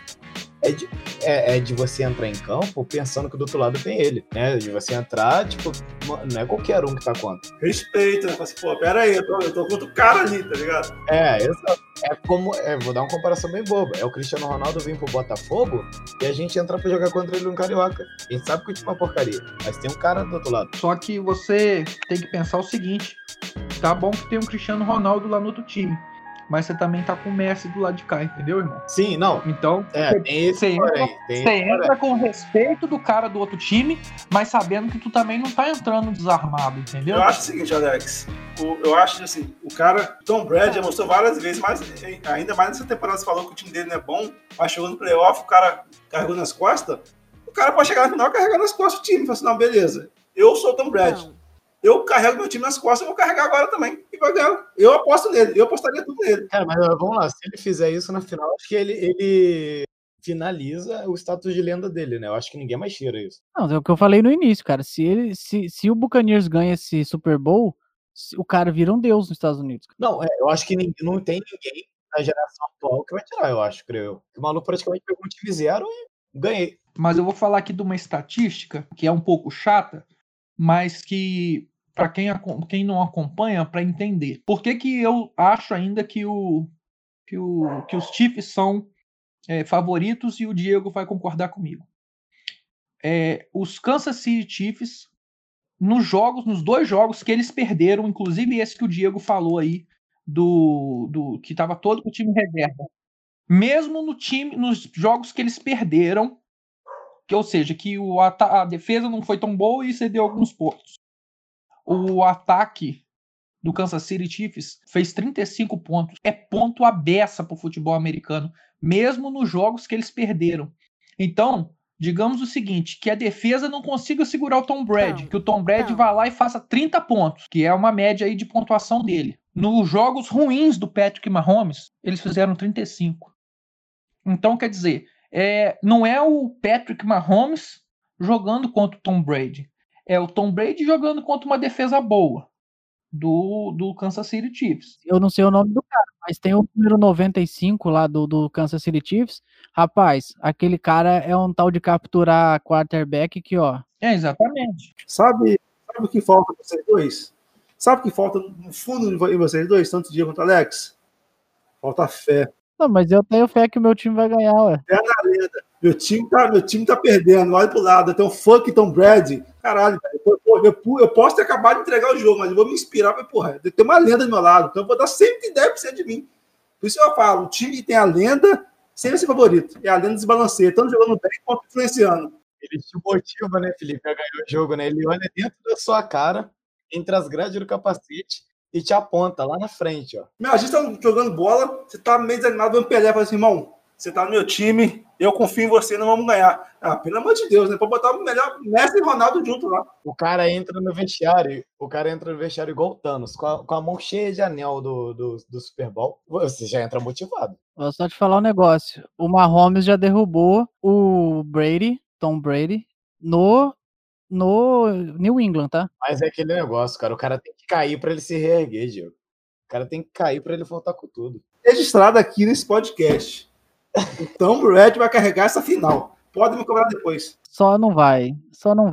É de você entrar em campo pensando que do outro lado tem ele, né? De você entrar, tipo, não é qualquer um que tá contra. Respeita, né? Fala assim, pô, pera aí, eu tô contra o cara ali, tá ligado? Exato. Vou dar uma comparação bem boba. É o Cristiano Ronaldo vir pro Botafogo e a gente entra pra jogar contra ele no Carioca. A gente sabe que o time é uma porcaria, mas tem um cara do outro lado. Só que você tem que pensar o seguinte, tá bom que tem um Cristiano Ronaldo lá no outro time, mas você também tá com o Messi do lado de cá, entendeu, irmão? Sim, não. Então, você entra com o respeito do cara do outro time, mas sabendo que tu também não tá entrando desarmado, entendeu? Eu acho o seguinte, Alex. Eu acho assim, o cara, Tom Brady, já mostrou várias vezes, mas ainda mais nessa temporada você falou que o time dele não é bom, mas chegou no playoff, o cara carregou nas costas, o cara pode chegar no final e carregar nas costas o time. Fala assim, não, beleza, eu sou o Tom Brady. Não. Eu carrego meu time nas costas, eu vou carregar agora também. E vai ganhar. Eu aposto nele, eu apostaria tudo nele. Cara, mas vamos lá, se ele fizer isso na final, acho que ele finaliza o status de lenda dele, né? Eu acho que ninguém mais tira isso. Não, é o que eu falei no início, cara. Se o Buccaneers ganha esse Super Bowl, o cara vira um deus nos Estados Unidos. Não, eu acho que não tem ninguém na geração atual que vai tirar, eu acho, creio eu. O maluco praticamente pegou um time zero e ganhei. Mas eu vou falar aqui de uma estatística que é um pouco chata, mas que para quem não acompanha, para entender. Por que eu acho ainda que os Chiefs são favoritos e o Diego vai concordar comigo? Os Kansas City Chiefs, nos 2 jogos que eles perderam, inclusive esse que o Diego falou aí, do que estava todo com o time reserva, mesmo nos jogos que eles perderam, ou seja, que a defesa não foi tão boa e cedeu alguns pontos, o ataque do Kansas City Chiefs fez 35 pontos. É ponto à beça pro futebol americano, mesmo nos jogos que eles perderam. Então, digamos o seguinte, que a defesa não consiga segurar o Tom Brady, que o Tom Brady vá lá e faça 30 pontos, que é uma média aí de pontuação dele. Nos jogos ruins do Patrick Mahomes, eles fizeram 35. Então, quer dizer, não é o Patrick Mahomes jogando contra o Tom Brady. É o Tom Brady jogando contra uma defesa boa do Kansas City Chiefs. Eu não sei o nome do cara, mas tem o número 95 lá do Kansas City Chiefs. Rapaz, aquele cara é um tal de capturar quarterback que, ó... Exatamente. Sabe o que falta pra vocês dois? Sabe o que falta no fundo em vocês dois, tanto o Diego quanto o Alex? Falta fé. Não, mas eu tenho fé que o meu time vai ganhar, ué. Fé na lenda. Meu time tá perdendo, olha pro lado, tem um funk Tom Brady. Caralho, eu posso ter acabado de entregar o jogo, mas eu vou me inspirar pra, porra, tem uma lenda do meu lado, então eu vou dar 110% de mim. Por isso eu falo, o time que tem a lenda sempre vai ser favorito. É a lenda desbalanceia, tanto jogando bem quanto influenciando. Ele te motiva, né, Felipe, a ganhar o jogo, né? Ele olha dentro da sua cara, entre as grades do capacete e te aponta lá na frente, ó. Meu, a gente tá jogando bola, você tá meio desanimado, vendo Pelé, fala assim, irmão, você tá no meu time, eu confio em você, não vamos ganhar. Ah, pelo amor de Deus, né? Pra botar o melhor Messi e Ronaldo junto lá. O cara entra no vestiário igual o Thanos, com a mão cheia de anel do Super Bowl. Você já entra motivado. Vou só te falar um negócio. O Mahomes já derrubou o Tom Brady, no New England, tá? Mas é aquele negócio, cara. O cara tem que cair pra ele se reerguer, Diego. O cara tem que cair pra ele voltar com tudo. Registrado aqui nesse podcast. O Tom Brady vai carregar essa final. Pode me cobrar depois. Só não vai. Eu não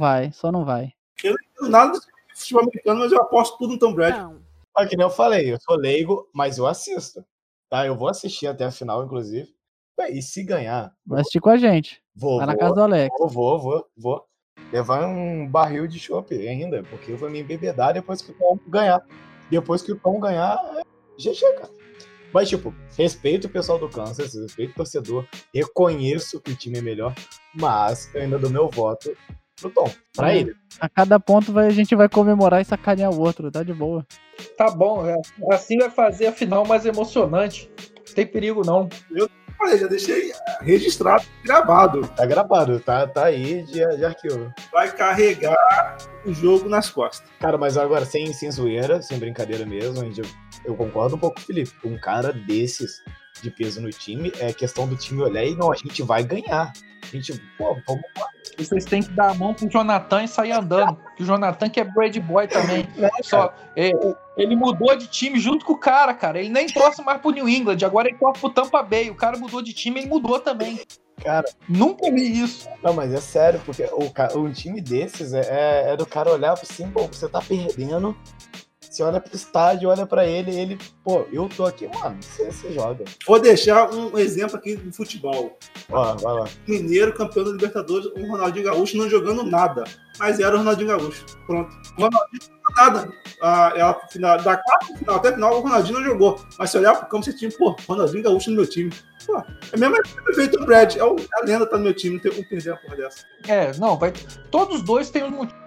entendo nada do futebol americano, mas eu aposto tudo no Tom Brady. Mas que nem eu falei, eu sou leigo, mas eu assisto. Tá? Eu vou assistir até a final, inclusive. E se ganhar... Vai assistir com a gente. Vai na casa do Alex. Vou. Levar um barril de chopp ainda, porque eu vou me embebedar depois que o Tom ganhar. Depois que o Tom ganhar, GG, cara. Mas, tipo, respeito o pessoal do Kansas, respeito o torcedor, reconheço que o time é melhor, mas eu ainda dou meu voto pro Tom, pra ele. A cada ponto a gente vai comemorar e sacanear o outro, tá de boa. Tá bom, assim vai fazer a final mais emocionante. Não tem perigo, não. Eu falei, já deixei registrado, gravado. Tá gravado, tá aí de arquivo. Vai carregar o jogo nas costas. Cara, mas agora, sem zoeira, sem brincadeira mesmo, eu concordo um pouco com o Felipe. Um cara desses de peso no time, é questão do time olhar e não, a gente vai ganhar. A gente, vamos lá. Vocês têm que dar a mão pro Jonathan e sair andando. Que o Jonathan que é Brady Boy também. Só, ele mudou de time junto com o cara. Ele nem torce mais pro New England, agora ele torce pro Tampa Bay. O cara mudou de time, ele mudou também. Cara, nunca vi isso. Não, mas é sério, porque um time desses é do cara olhar assim, pô, você tá perdendo. Você olha pro estádio, olha pra ele, pô, eu tô aqui, mano, você joga. Vou deixar um exemplo aqui do futebol. Ó, vai lá. Mineiro, campeão da Libertadores, o Ronaldinho Gaúcho não jogando nada, mas era o Ronaldinho Gaúcho. Pronto. O Ronaldinho não jogou nada. Da quarta final até a final, o Ronaldinho não jogou. Mas se olhar pro campo, você tinha, pô, Ronaldinho Gaúcho no meu time. Pô, é mesmo efeito Brad. A lenda tá no meu time, não tem como perder uma porra dessa. Todos os dois têm um motivo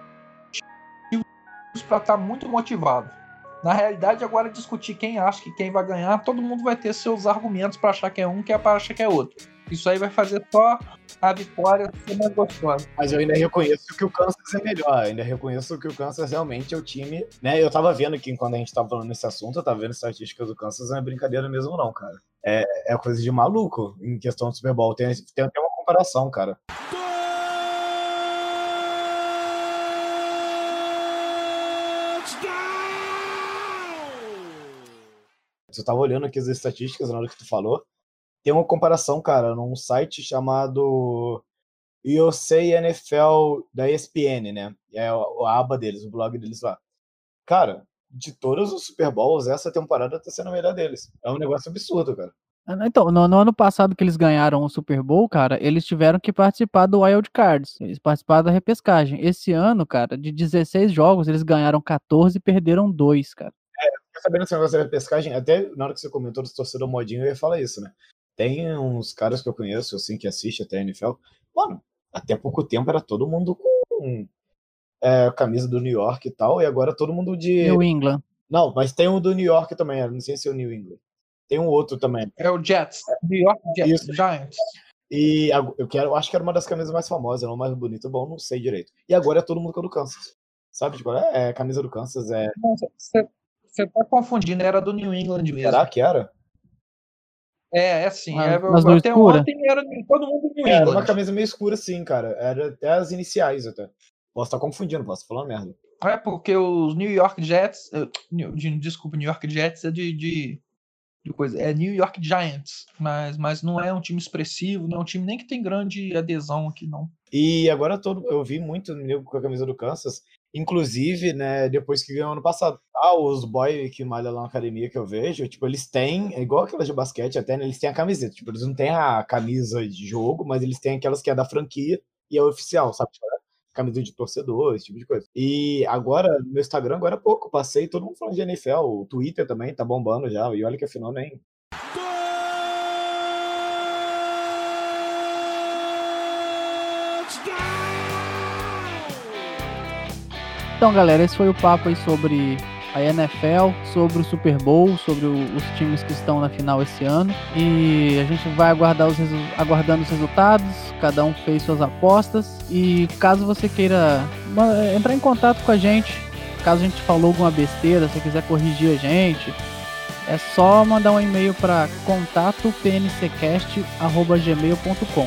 pra estar muito motivado. Na realidade, agora discutir quem acha que quem vai ganhar, todo mundo vai ter seus argumentos pra achar que é um, que é pra achar que é outro. Isso aí vai fazer só a vitória ser mais gostosa. Mas eu ainda reconheço que o Kansas é melhor. Ainda reconheço que o Kansas realmente é o time, né? Eu tava vendo aqui, quando a gente tava falando nesse assunto, eu tava vendo estatísticas do Kansas, não é brincadeira mesmo não, cara. É coisa de maluco em questão do Super Bowl. Tem até uma comparação, cara. Eu tava olhando aqui as estatísticas na hora que tu falou. Tem uma comparação, cara, num site chamado USA NFL da ESPN, né? É a aba deles, o blog deles lá. Cara, de todos os Super Bowls, essa temporada tá sendo a melhor deles. É um negócio absurdo, cara. Então, no ano passado que eles ganharam o Super Bowl, cara, eles tiveram que participar do Wild Cards. Eles participaram da repescagem. Esse ano, cara, de 16 jogos, eles ganharam 14 e perderam 2, cara. Sabendo esse negócio da repescagem, até na hora que você comentou dos torcedor modinho, eu ia falar isso, né? Tem uns caras que eu conheço, assim, que assiste até a NFL. Mano, até pouco tempo era todo mundo com camisa do New York e tal, e agora todo mundo de... New England. Não, mas tem um do New York também, não sei se é o New England. Tem um outro também. É o Jets, New York Jets, Giants. E eu acho que era uma das camisas mais famosas, não mais bonita, bom, não sei direito. E agora é todo mundo com a do Kansas. Sabe, tipo, a camisa do Kansas é... Você tá confundindo, era do New England mesmo. Será que era? Sim. Mas no até escura? ontem era todo mundo do New England. Era uma camisa meio escura, sim, cara. Era até as iniciais, até. Posso estar confundindo, posso falar merda. É porque os New York Jets... Desculpa, New York Jets é de coisa. É New York Giants, mas não é um time expressivo, não é um time nem que tem grande adesão aqui, não. E agora eu vi muito nego com a camisa do Kansas. Inclusive, né, depois que ganhou ano passado. Os boy que malham lá na academia que eu vejo, tipo, eles têm, é igual aquelas de basquete até, né, eles têm a camiseta. Tipo, eles não têm a camisa de jogo, mas eles têm aquelas que é da franquia e é oficial, sabe? Tipo, camisa de torcedor, esse tipo de coisa. E agora, no meu Instagram, agora há pouco, passei todo mundo falando de NFL, o Twitter também tá bombando já, e olha que afinal nem... Então, galera, esse foi o papo aí sobre a NFL, sobre o Super Bowl, sobre os times que estão na final esse ano. E a gente vai aguardando os resultados, cada um fez suas apostas. E caso você queira entrar em contato com a gente, caso a gente falou alguma besteira, se quiser corrigir a gente, é só mandar um e-mail para contato.pnccast@gmail.com.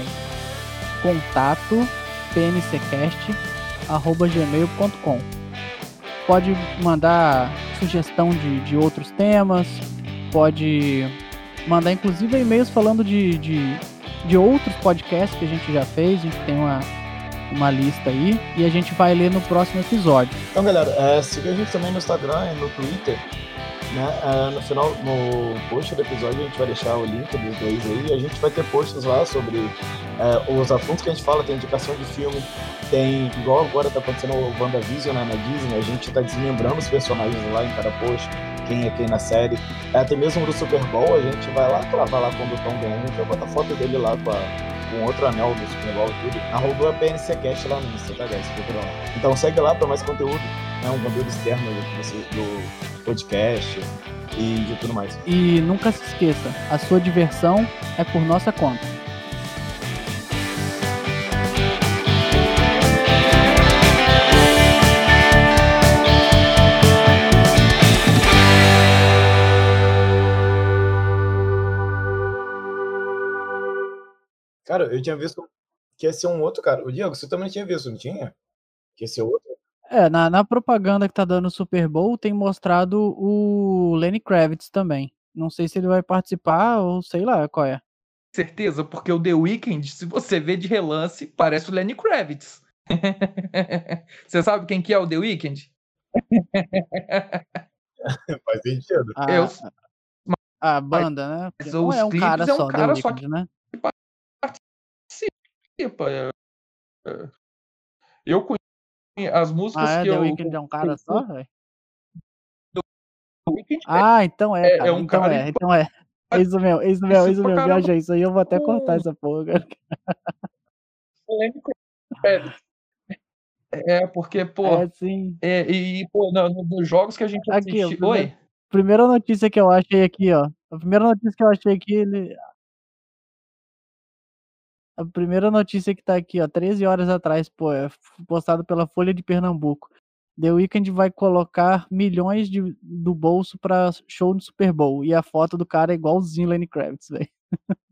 contato.pnccast@gmail.com. Pode mandar sugestão de outros temas, pode mandar inclusive e-mails falando de outros podcasts que a gente já fez, a gente tem uma lista aí e a gente vai ler no próximo episódio. Então, galera, siga a gente também no Instagram e no Twitter, né? No final, no post do episódio, a gente vai deixar o link dos dois aí. A gente vai ter posts lá sobre os assuntos que a gente fala, tem indicação de filme, tem, igual agora tá acontecendo o WandaVision, né, na Disney, a gente tá desmembrando os personagens lá em cada post, quem é quem na série. Até mesmo do Super Bowl, a gente vai lá cravar lá quando o Tom ganhando, a gente vai botar foto dele lá com outro anel do Super Bowl e tudo, @PNCcast lá no Insta, tá, guys? Então segue lá pra mais conteúdo, né, um conteúdo externo do podcast e de tudo mais. E nunca se esqueça, a sua diversão é por nossa conta. Cara, eu tinha visto que ia ser um outro cara. O Diego, você também tinha visto, não tinha? Que ia ser outro? Na propaganda que tá dando o Super Bowl, tem mostrado o Lenny Kravitz também. Não sei se ele vai participar ou sei lá qual é. Certeza, porque o The Weeknd, se você vê de relance, parece o Lenny Kravitz. Você sabe quem que é o The Weeknd? Faz sentido. A banda, né? Mas Não os é um clipes cara é um só, The cara só Weeknd, né? participa. Eu conheço as músicas que The eu... Weeknd é um cara só, velho? The Weeknd Então é, cara. um Então cara é, então é. É isso mesmo, é isso mesmo, é isso pra mesmo. caramba. Viaja isso aí, eu vou até cortar essa porra, cara. Lenny Kravitz. Porque, pô... É, sim. pô, nos jogos que a gente Aqui, ó. assistiu... Oi? Primeira notícia que eu achei aqui, ó. A primeira notícia que eu achei aqui, a primeira notícia que tá aqui, ó, 13 horas atrás, pô, é postado pela Folha de Pernambuco. The Weeknd vai colocar milhões do bolso pra show no Super Bowl. E a foto do cara é igualzinho Lenny Kravitz, velho.